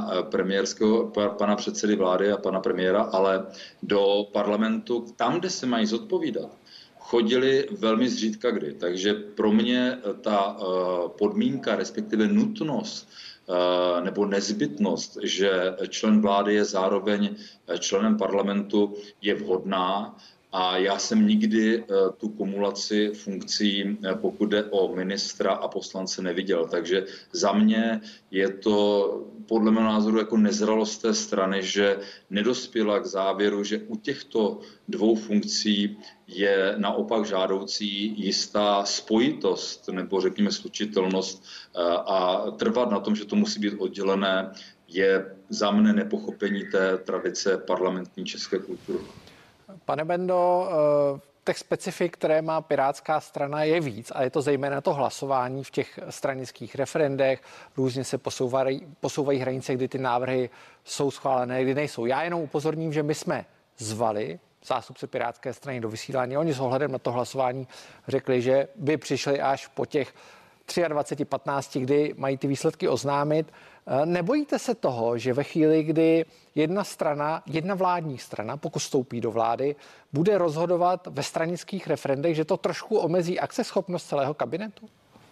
pana předsedy vlády a pana premiéra, ale do parlamentu, tam, kde se mají zodpovídat, chodili velmi zřídka kdy. Takže pro mě ta podmínka, respektive nutnost nebo nezbytnost, že člen vlády je zároveň členem parlamentu, je vhodná. A já jsem nikdy tu kumulaci funkcí, pokud jde o ministra a poslance, neviděl. Takže za mě je to podle mého názoru jako nezralost té strany, že nedospěla k závěru, že u těchto dvou funkcí je naopak žádoucí jistá spojitost nebo řekněme slučitelnost a trvat na tom, že to musí být oddělené, je za mne nepochopení té tradice parlamentní české kultury. Pane Bendo, těch specifik, které má Pirátská strana, je víc a je to zejména to hlasování v těch stranických referendech. Různě se posouvají hranice, kdy ty návrhy jsou schválené, kdy nejsou. Já jenom upozorním, že my jsme zvali zástupce Pirátské strany do vysílání. Oni s ohledem na to hlasování řekli, že by přišli až po těch 23:15, kdy mají ty výsledky oznámit. Nebojíte se toho, že ve chvíli, kdy jedna vládní strana, pokud vstoupí do vlády, bude rozhodovat ve stranických referendech, že to trošku omezí akceschopnost celého kabinetu?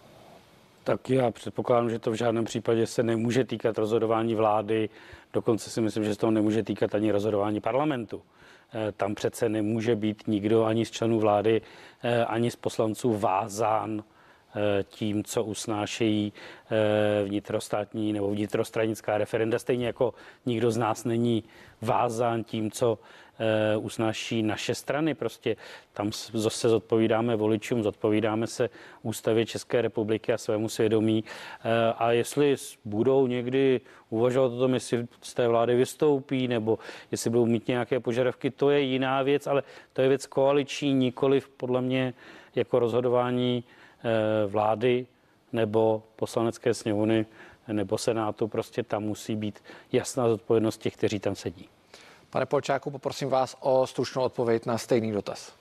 Tak já předpokládám, že to v žádném případě se nemůže týkat rozhodování vlády, dokonce si myslím, že se to nemůže týkat ani rozhodování parlamentu. Tam přece nemůže být nikdo ani z členů vlády, ani z poslanců vázán tím, co usnášejí vnitrostátní nebo vnitrostranická referenda, stejně jako nikdo z nás není vázán tím, co usnáší naše strany. Prostě tam se zodpovídáme voličům, zodpovídáme se ústavě České republiky a svému svědomí. A jestli budou někdy uvažovat o tom, jestli z té vlády vystoupí nebo jestli budou mít nějaké požadavky, to je jiná věc, ale to je věc koaliční, nikoliv podle mě jako rozhodování vlády nebo poslanecké sněmovny nebo senátu. Prostě tam musí být jasná zodpovědnost těch, kteří tam sedí. Pane Polčáku, poprosím vás o stručnou odpověď na stejný dotaz.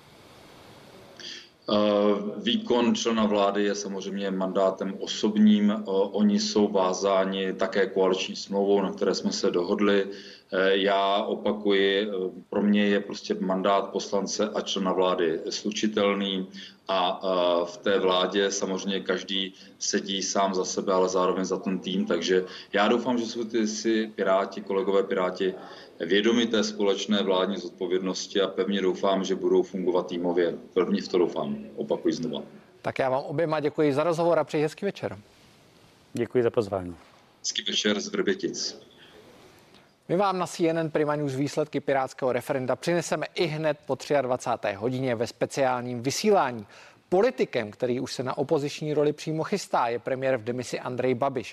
Výkon člena vlády je samozřejmě mandátem osobním. Oni jsou vázáni také koaliční smlouvou, na které jsme se dohodli. Já opakuji, pro mě je prostě mandát poslance a člena vlády slučitelný a v té vládě samozřejmě každý sedí sám za sebe, ale zároveň za ten tým. Takže já doufám, že jsou kolegové Piráti vědomi té společné vládní zodpovědnosti a pevně doufám, že budou fungovat týmově. Pevně v to doufám. Opakuji znova. Tak já vám oběma děkuji za rozhovor a přeji hezký večer. Děkuji za pozvání. Hezký večer z Vrbětic. My vám na CNN Prima News výsledky pirátského referenda přineseme i hned po 23. hodině ve speciálním vysílání. Politikem, který už se na opoziční roli přímo chystá, je premiér v demisi Andrej Babiš.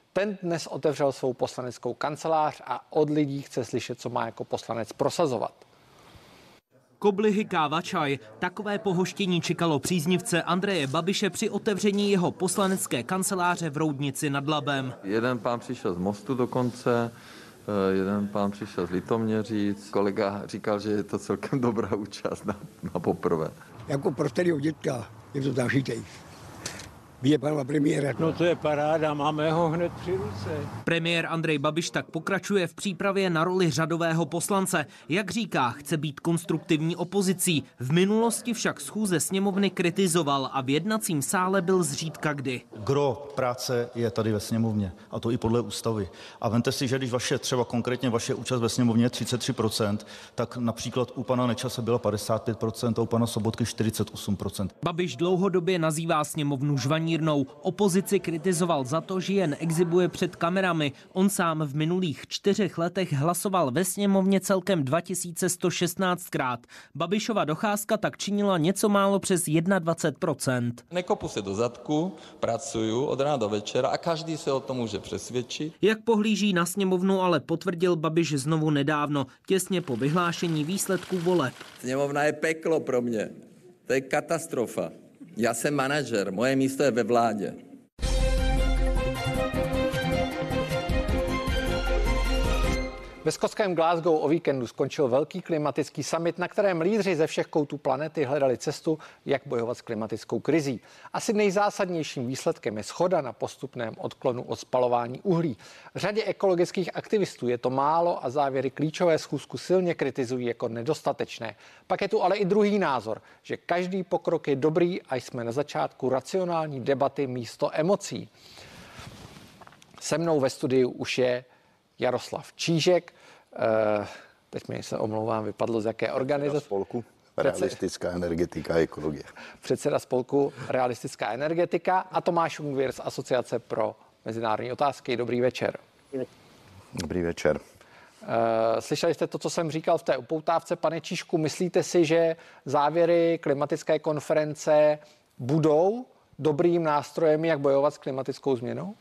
Ten dnes otevřel svou poslaneckou kancelář a od lidí chce slyšet, co má jako poslanec prosazovat. Koblihy, káva, čaj. Takové pohoštění čekalo příznivce Andreje Babiše při otevření jeho poslanecké kanceláře v Roudnici nad Labem. Jeden pán přišel z Mostu dokonce, jeden pán přišel z Litoměříc. Kolega říkal, že je to celkem dobrá účast na poprvé. Jako pro starého dětka je to zážitej. Bije pana premiéra. No to je paráda, máme ho hned při ruce. Premiér Andrej Babiš tak pokračuje v přípravě na roli řadového poslance. Jak říká, chce být konstruktivní opozicí. V minulosti však schůze sněmovny kritizoval a v jednacím sále byl zřídka kdy. Gro práce je tady ve sněmovně, a to i podle ústavy. A vemte si, že když třeba konkrétně vaše účast ve sněmovně je 33%, tak například u pana Nečase byla 55% a u pana Sobotky 48%. Babiš dlouhodobě nazývá sněmovnu žvanírnou. Opozici kritizoval za to, že jen exhibuje před kamerami. On sám v minulých 4 letech hlasoval ve sněmovně celkem 2116krát. Babišova docházka tak činila něco málo přes 21%. Nekopu se do zadku, pracuju od rána do večera a každý se o tom může přesvědčit. Jak pohlíží na sněmovnu, ale potvrdil Babiš znovu nedávno, těsně po vyhlášení výsledků voleb. Sněmovna je peklo pro mě. To je katastrofa. Já jsem manažer, moje místo je ve vládě. Ve skotském Glasgow o víkendu skončil velký klimatický summit, na kterém lídři ze všech koutů planety hledali cestu, jak bojovat s klimatickou krizí. Asi nejzásadnějším výsledkem je shoda na postupném odklonu od spalování uhlí. Řadě ekologických aktivistů je to málo a závěry klíčové schůzku silně kritizují jako nedostatečné. Pak je tu ale i druhý názor, že každý pokrok je dobrý a jsme na začátku racionální debaty místo emocí. Se mnou ve studiu už je Jaroslav Čížek, teď mi se omlouvám, vypadlo z jaké organizace. Spolku Realistická energetika a ekologie. Předseda spolku Realistická energetika a Tomáš Ungwirth z Asociace pro mezinárodní otázky. Dobrý večer. Dobrý večer. Slyšeli jste to, co jsem říkal v té upoutávce. Pane Čížku, myslíte si, že závěry klimatické konference budou dobrým nástrojem, jak bojovat s klimatickou změnou?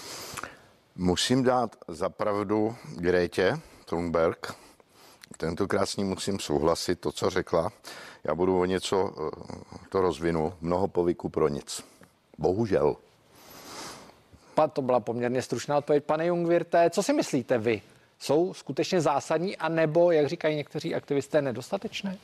Musím dát za pravdu Grétě Thunberg. Tentokrát s ní musím souhlasit, to, co řekla. Já budu o něco to rozvinu. Mnoho povyku pro nic. Bohužel. To byla poměrně stručná odpověď. Pane Jungwirthe, co si myslíte vy? Jsou skutečně zásadní, anebo, jak říkají někteří aktivisté, nedostatečné?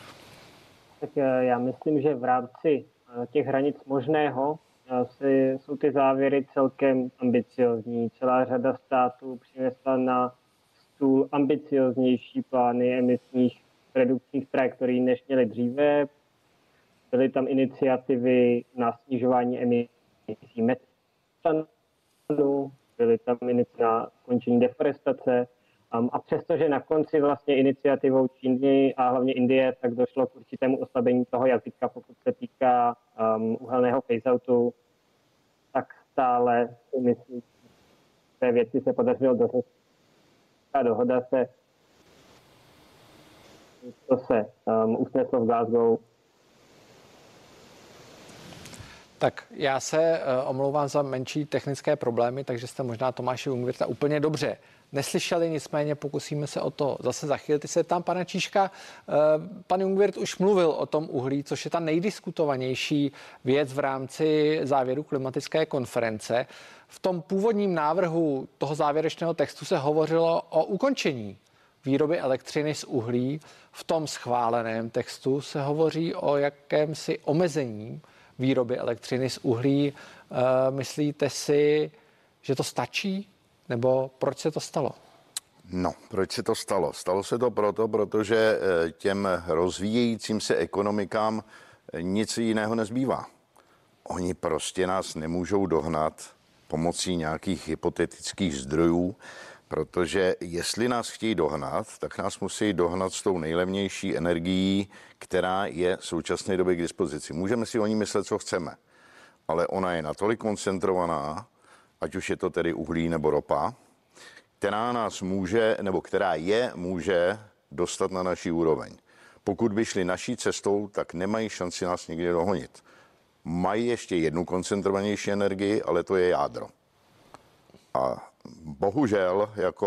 Tak já myslím, že v rámci těch hranic možného jsou ty závěry celkem ambiciozní. Celá řada států přinesla na stůl ambicioznější plány emisních redukčních trajektorií, než měly dříve. Byly tam iniciativy na snižování emisí metanu, byly tam iniciativy na končení deforestace. A přestože na konci vlastně iniciativou Číny a hlavně Indie, tak došlo k určitému oslabení toho jazyka, pokud se týká uhelného phase-outu, tak stále myslím, že té věci se podařilo dořešit. Ta dohoda se usneslo v Glasgow. Tak já se omlouvám za menší technické problémy, takže jste možná Tomáše Jungwirtha úplně dobře neslyšeli, nicméně pokusíme se o to zase za chvíli. Teď se tam pana Čížka. Pan Jungwirth už mluvil o tom uhlí, což je ta nejdiskutovanější věc v rámci závěru klimatické konference. V tom původním návrhu toho závěrečného textu se hovořilo o ukončení výroby elektřiny z uhlí. V tom schváleném textu se hovoří o jakémsi omezení výroby elektřiny z uhlí. Myslíte si, že to stačí? Nebo proč se to stalo? No, proč se to stalo? Stalo se to protože těm rozvíjejícím se ekonomikám nic jiného nezbývá. Oni prostě nás nemůžou dohnat pomocí nějakých hypotetických zdrojů, protože jestli nás chtějí dohnat, tak nás musí dohnat s tou nejlevnější energií, která je v současné době k dispozici. Můžeme si o ní myslet, co chceme, ale ona je natolik koncentrovaná, ať už je to tedy uhlí nebo ropa, která nás může, nebo která může dostat na naší úroveň. Pokud by šli naší cestou, tak nemají šanci nás nikdy dohonit. Mají ještě jednu koncentrovanější energii, ale to je jádro. A bohužel,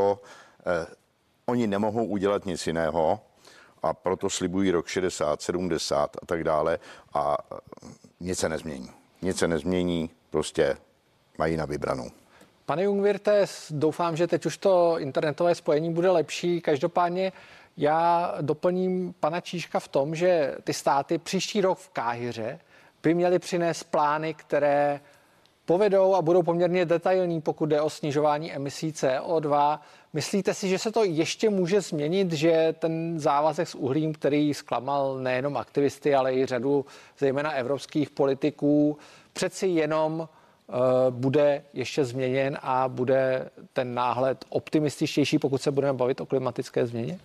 oni nemohou udělat nic jiného a proto slibují rok 60, 70 a tak dále a nic se nezmění. Nic se nezmění, prostě mají na vybranou. Pane Jungwirte, doufám, že teď už to internetové spojení bude lepší. Každopádně já doplním pana Číška v tom, že ty státy příští rok v Káhiře by měly přinést plány, které povedou a budou poměrně detailní, pokud jde o snižování emisí CO2. Myslíte si, že se to ještě může změnit, že ten závazek s uhlím, který zklamal nejenom aktivisty, ale i řadu zejména evropských politiků, přeci jenom bude ještě změněn a bude ten náhled optimističtější, pokud se budeme bavit o klimatické změně?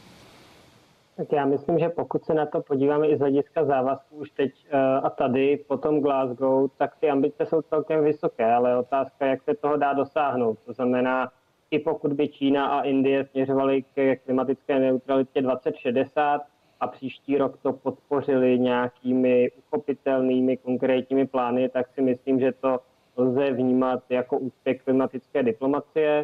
Tak já myslím, že pokud se na to podíváme i z hlediska závazků už teď a tady, potom Glasgow, tak ty ambice jsou celkem vysoké, ale otázka, jak se toho dá dosáhnout. To znamená, i pokud by Čína a Indie směřovaly k klimatické neutralitě 2060 a příští rok to podpořili nějakými uchopitelnými konkrétními plány, tak si myslím, že to lze vnímat jako úspěch klimatické diplomacie.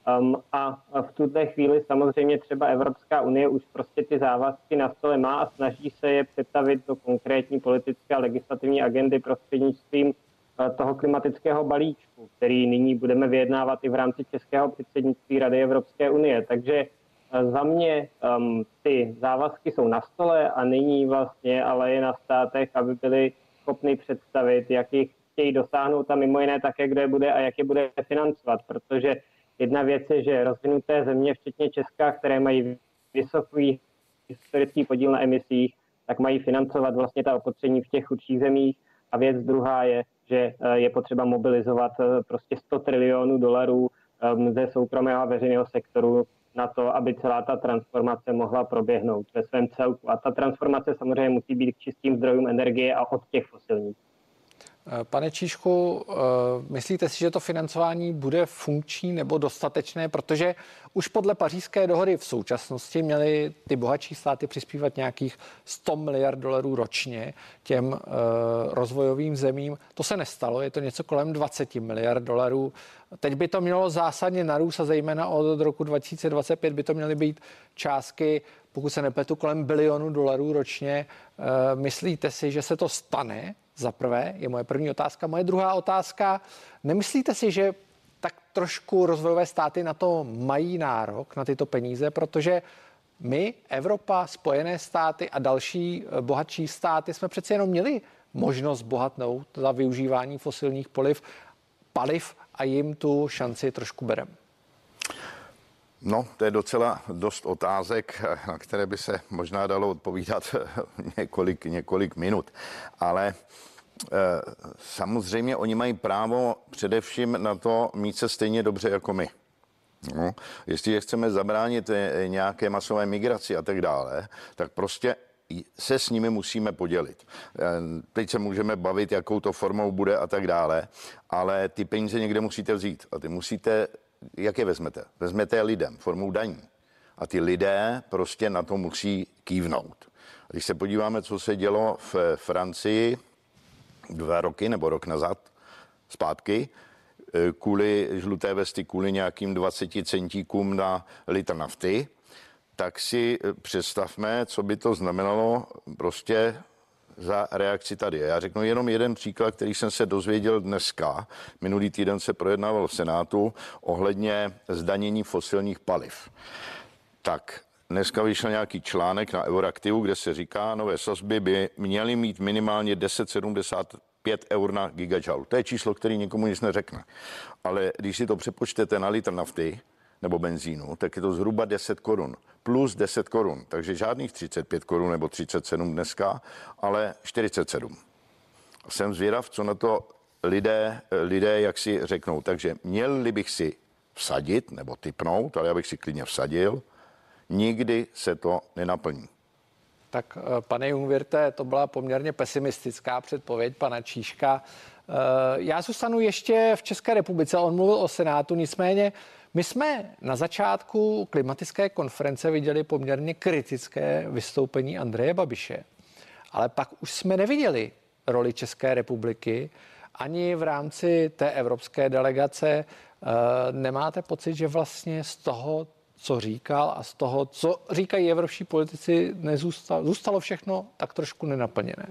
A v tuto chvíli samozřejmě třeba Evropská unie už prostě ty závazky na stole má a snaží se je přetavit do konkrétní politické a legislativní agendy prostřednictvím toho klimatického balíčku, který nyní budeme vyjednávat i v rámci českého předsednictví Rady Evropské unie. Takže za mě ty závazky jsou na stole a nyní vlastně ale je na státech, aby byli schopni představit, jak jich chtějí dosáhnout a mimo jiné také, kde bude a jak je bude financovat, protože jedna věc je, že rozvinuté země, včetně Česka, které mají vysoký historický podíl na emisích, tak mají financovat vlastně ta opatření v těch chudších zemích. A věc druhá je, že je potřeba mobilizovat prostě 100 trilionů dolarů ze soukromého a veřejného sektoru na to, aby celá ta transformace mohla proběhnout ve svém celku. A ta transformace samozřejmě musí být k čistým zdrojům energie a od těch fosilních. Pane Číšku, myslíte si, že to financování bude funkční nebo dostatečné, protože už podle Pařížské dohody v současnosti měly ty bohatší státy přispívat nějakých 100 miliard dolarů ročně těm rozvojovým zemím. To se nestalo, je to něco kolem 20 miliard dolarů. Teď by to mělo zásadně narůst a zejména od roku 2025 by to měly být částky, pokud se nepletu, kolem bilionu dolarů ročně. Myslíte si, že se to stane? Za prvé je moje první otázka. Moje druhá otázka, nemyslíte si, že tak trošku rozvojové státy na to mají nárok, na tyto peníze, protože my, Evropa, Spojené státy a další bohatší státy jsme přeci jenom měli možnost bohatnout za využívání fosilních paliv a jim tu šanci trošku bereme. No, to je docela dost otázek, na které by se možná dalo odpovídat několik minut, ale samozřejmě oni mají právo především na to mít se stejně dobře jako my. No, jestliže chceme zabránit nějaké masové migraci a tak dále, tak prostě se s nimi musíme podělit. Teď se můžeme bavit, jakou to formou bude a tak dále, ale ty peníze někde musíte vzít a ty musíte, jak je vezmete? Vezmete je lidem formou daní a ty lidé prostě na to musí kývnout. Když se podíváme, co se dělo v Francii 2 roky nebo rok nazad zpátky, kvůli žluté vesty, kvůli nějakým 20 centíkům na litr nafty, tak si představme, co by to znamenalo prostě za reakci tady. Já řeknu jenom jeden příklad, který jsem se dozvěděl dneska. Minulý týden se projednával v Senátu ohledně zdanění fosilních paliv. Tak dneska vyšel nějaký článek na Euraktivu, kde se říká, nové sazby by měly mít minimálně 10,75 eur na gigajoule. To je číslo, který nikomu nic neřekne. Ale když si to přepočtete na litr nafty nebo benzínu, tak je to zhruba 10 korun. Plus 10 korun. Takže žádných 35 korun nebo 37 dneska, ale 47. Jsem zvědav, co na to lidé jak si řeknou. Takže měli bych si vsadit nebo tipnout, ale já bych si klidně vsadil, nikdy se to nenaplní. Tak pane Jungwirte, to byla poměrně pesimistická předpověď pana Číška. Já zůstanu ještě v České republice, on mluvil o Senátu, nicméně my jsme na začátku klimatické konference viděli poměrně kritické vystoupení Andreje Babiše, ale pak už jsme neviděli roli České republiky ani v rámci té evropské delegace nemáte pocit, že vlastně z toho, co říkal a z toho, co říkají evropští politici, zůstalo všechno tak trošku nenaplněné?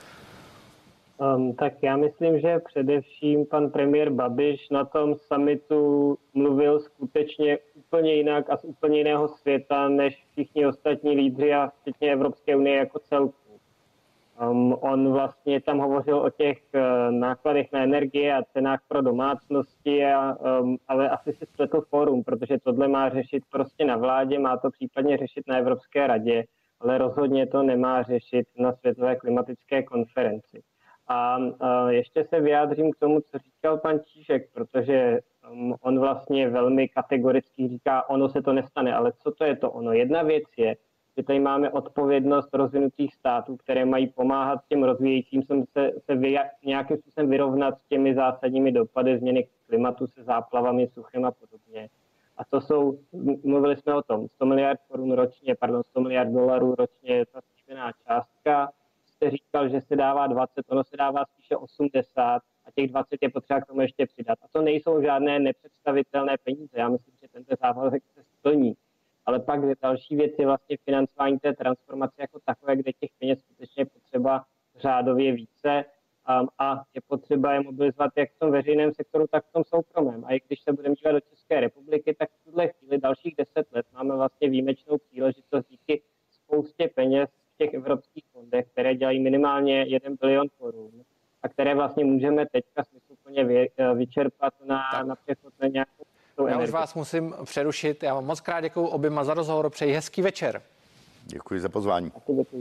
Tak já myslím, že především pan premiér Babiš na tom summitu mluvil skutečně úplně jinak a z úplně jiného světa než všichni ostatní lídři a včetně Evropské unie jako celku. On vlastně tam hovořil o těch nákladech na energie a cenách pro domácnosti, ale asi si spletl fórum, protože tohle má řešit prostě na vládě, má to případně řešit na Evropské radě, ale rozhodně to nemá řešit na Světové klimatické konferenci. A ještě se vyjádřím k tomu, co říkal pan Čížek, protože on vlastně velmi kategoricky říká, ono se to nestane, ale co to je to ono? Jedna věc je, že tady máme odpovědnost rozvinutých států, které mají pomáhat těm rozvíjejícím se nějakým způsobem vyrovnat s těmi zásadními dopady změny klimatu, se záplavami, suchem a podobně. A to jsou, mluvili jsme o tom, 100 miliard dolarů ročně je ta slíbená částka. Jste říkal, že se dává 20, ono se dává spíše 80 a těch 20 je potřeba k tomu ještě přidat. A to nejsou žádné nepředstavitelné peníze. Já myslím, že tento závazek se splní. Ale pak další věc je vlastně financování té transformace jako takové, kde těch peněz skutečně je potřeba řádově více a je potřeba je mobilizovat jak v tom veřejném sektoru, tak v tom soukromém. A i když se budeme dívat do České republiky, tak v tuhle chvíli dalších 10 let máme vlastně výjimečnou příležitost díky spoustě peněz v těch evropských fondech, které dělají minimálně 1 bilion korun a které vlastně můžeme teďka smysluplně vyčerpat na přechod na nějakou. Já už vás musím přerušit. Já vám moc krát děkuju oběma za rozhovor. Přeji hezký večer. Děkuji za pozvání.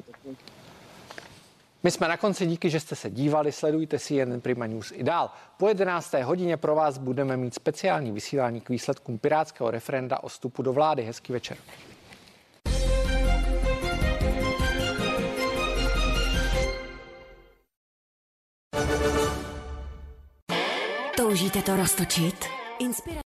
My jsme na konci, díky, že jste se dívali. Sledujte CNN Prima News i dál. Po 11. hodině pro vás budeme mít speciální vysílání k výsledkům pirátského referenda o vstupu do vlády. Hezký večer. Toužíte to roztočit?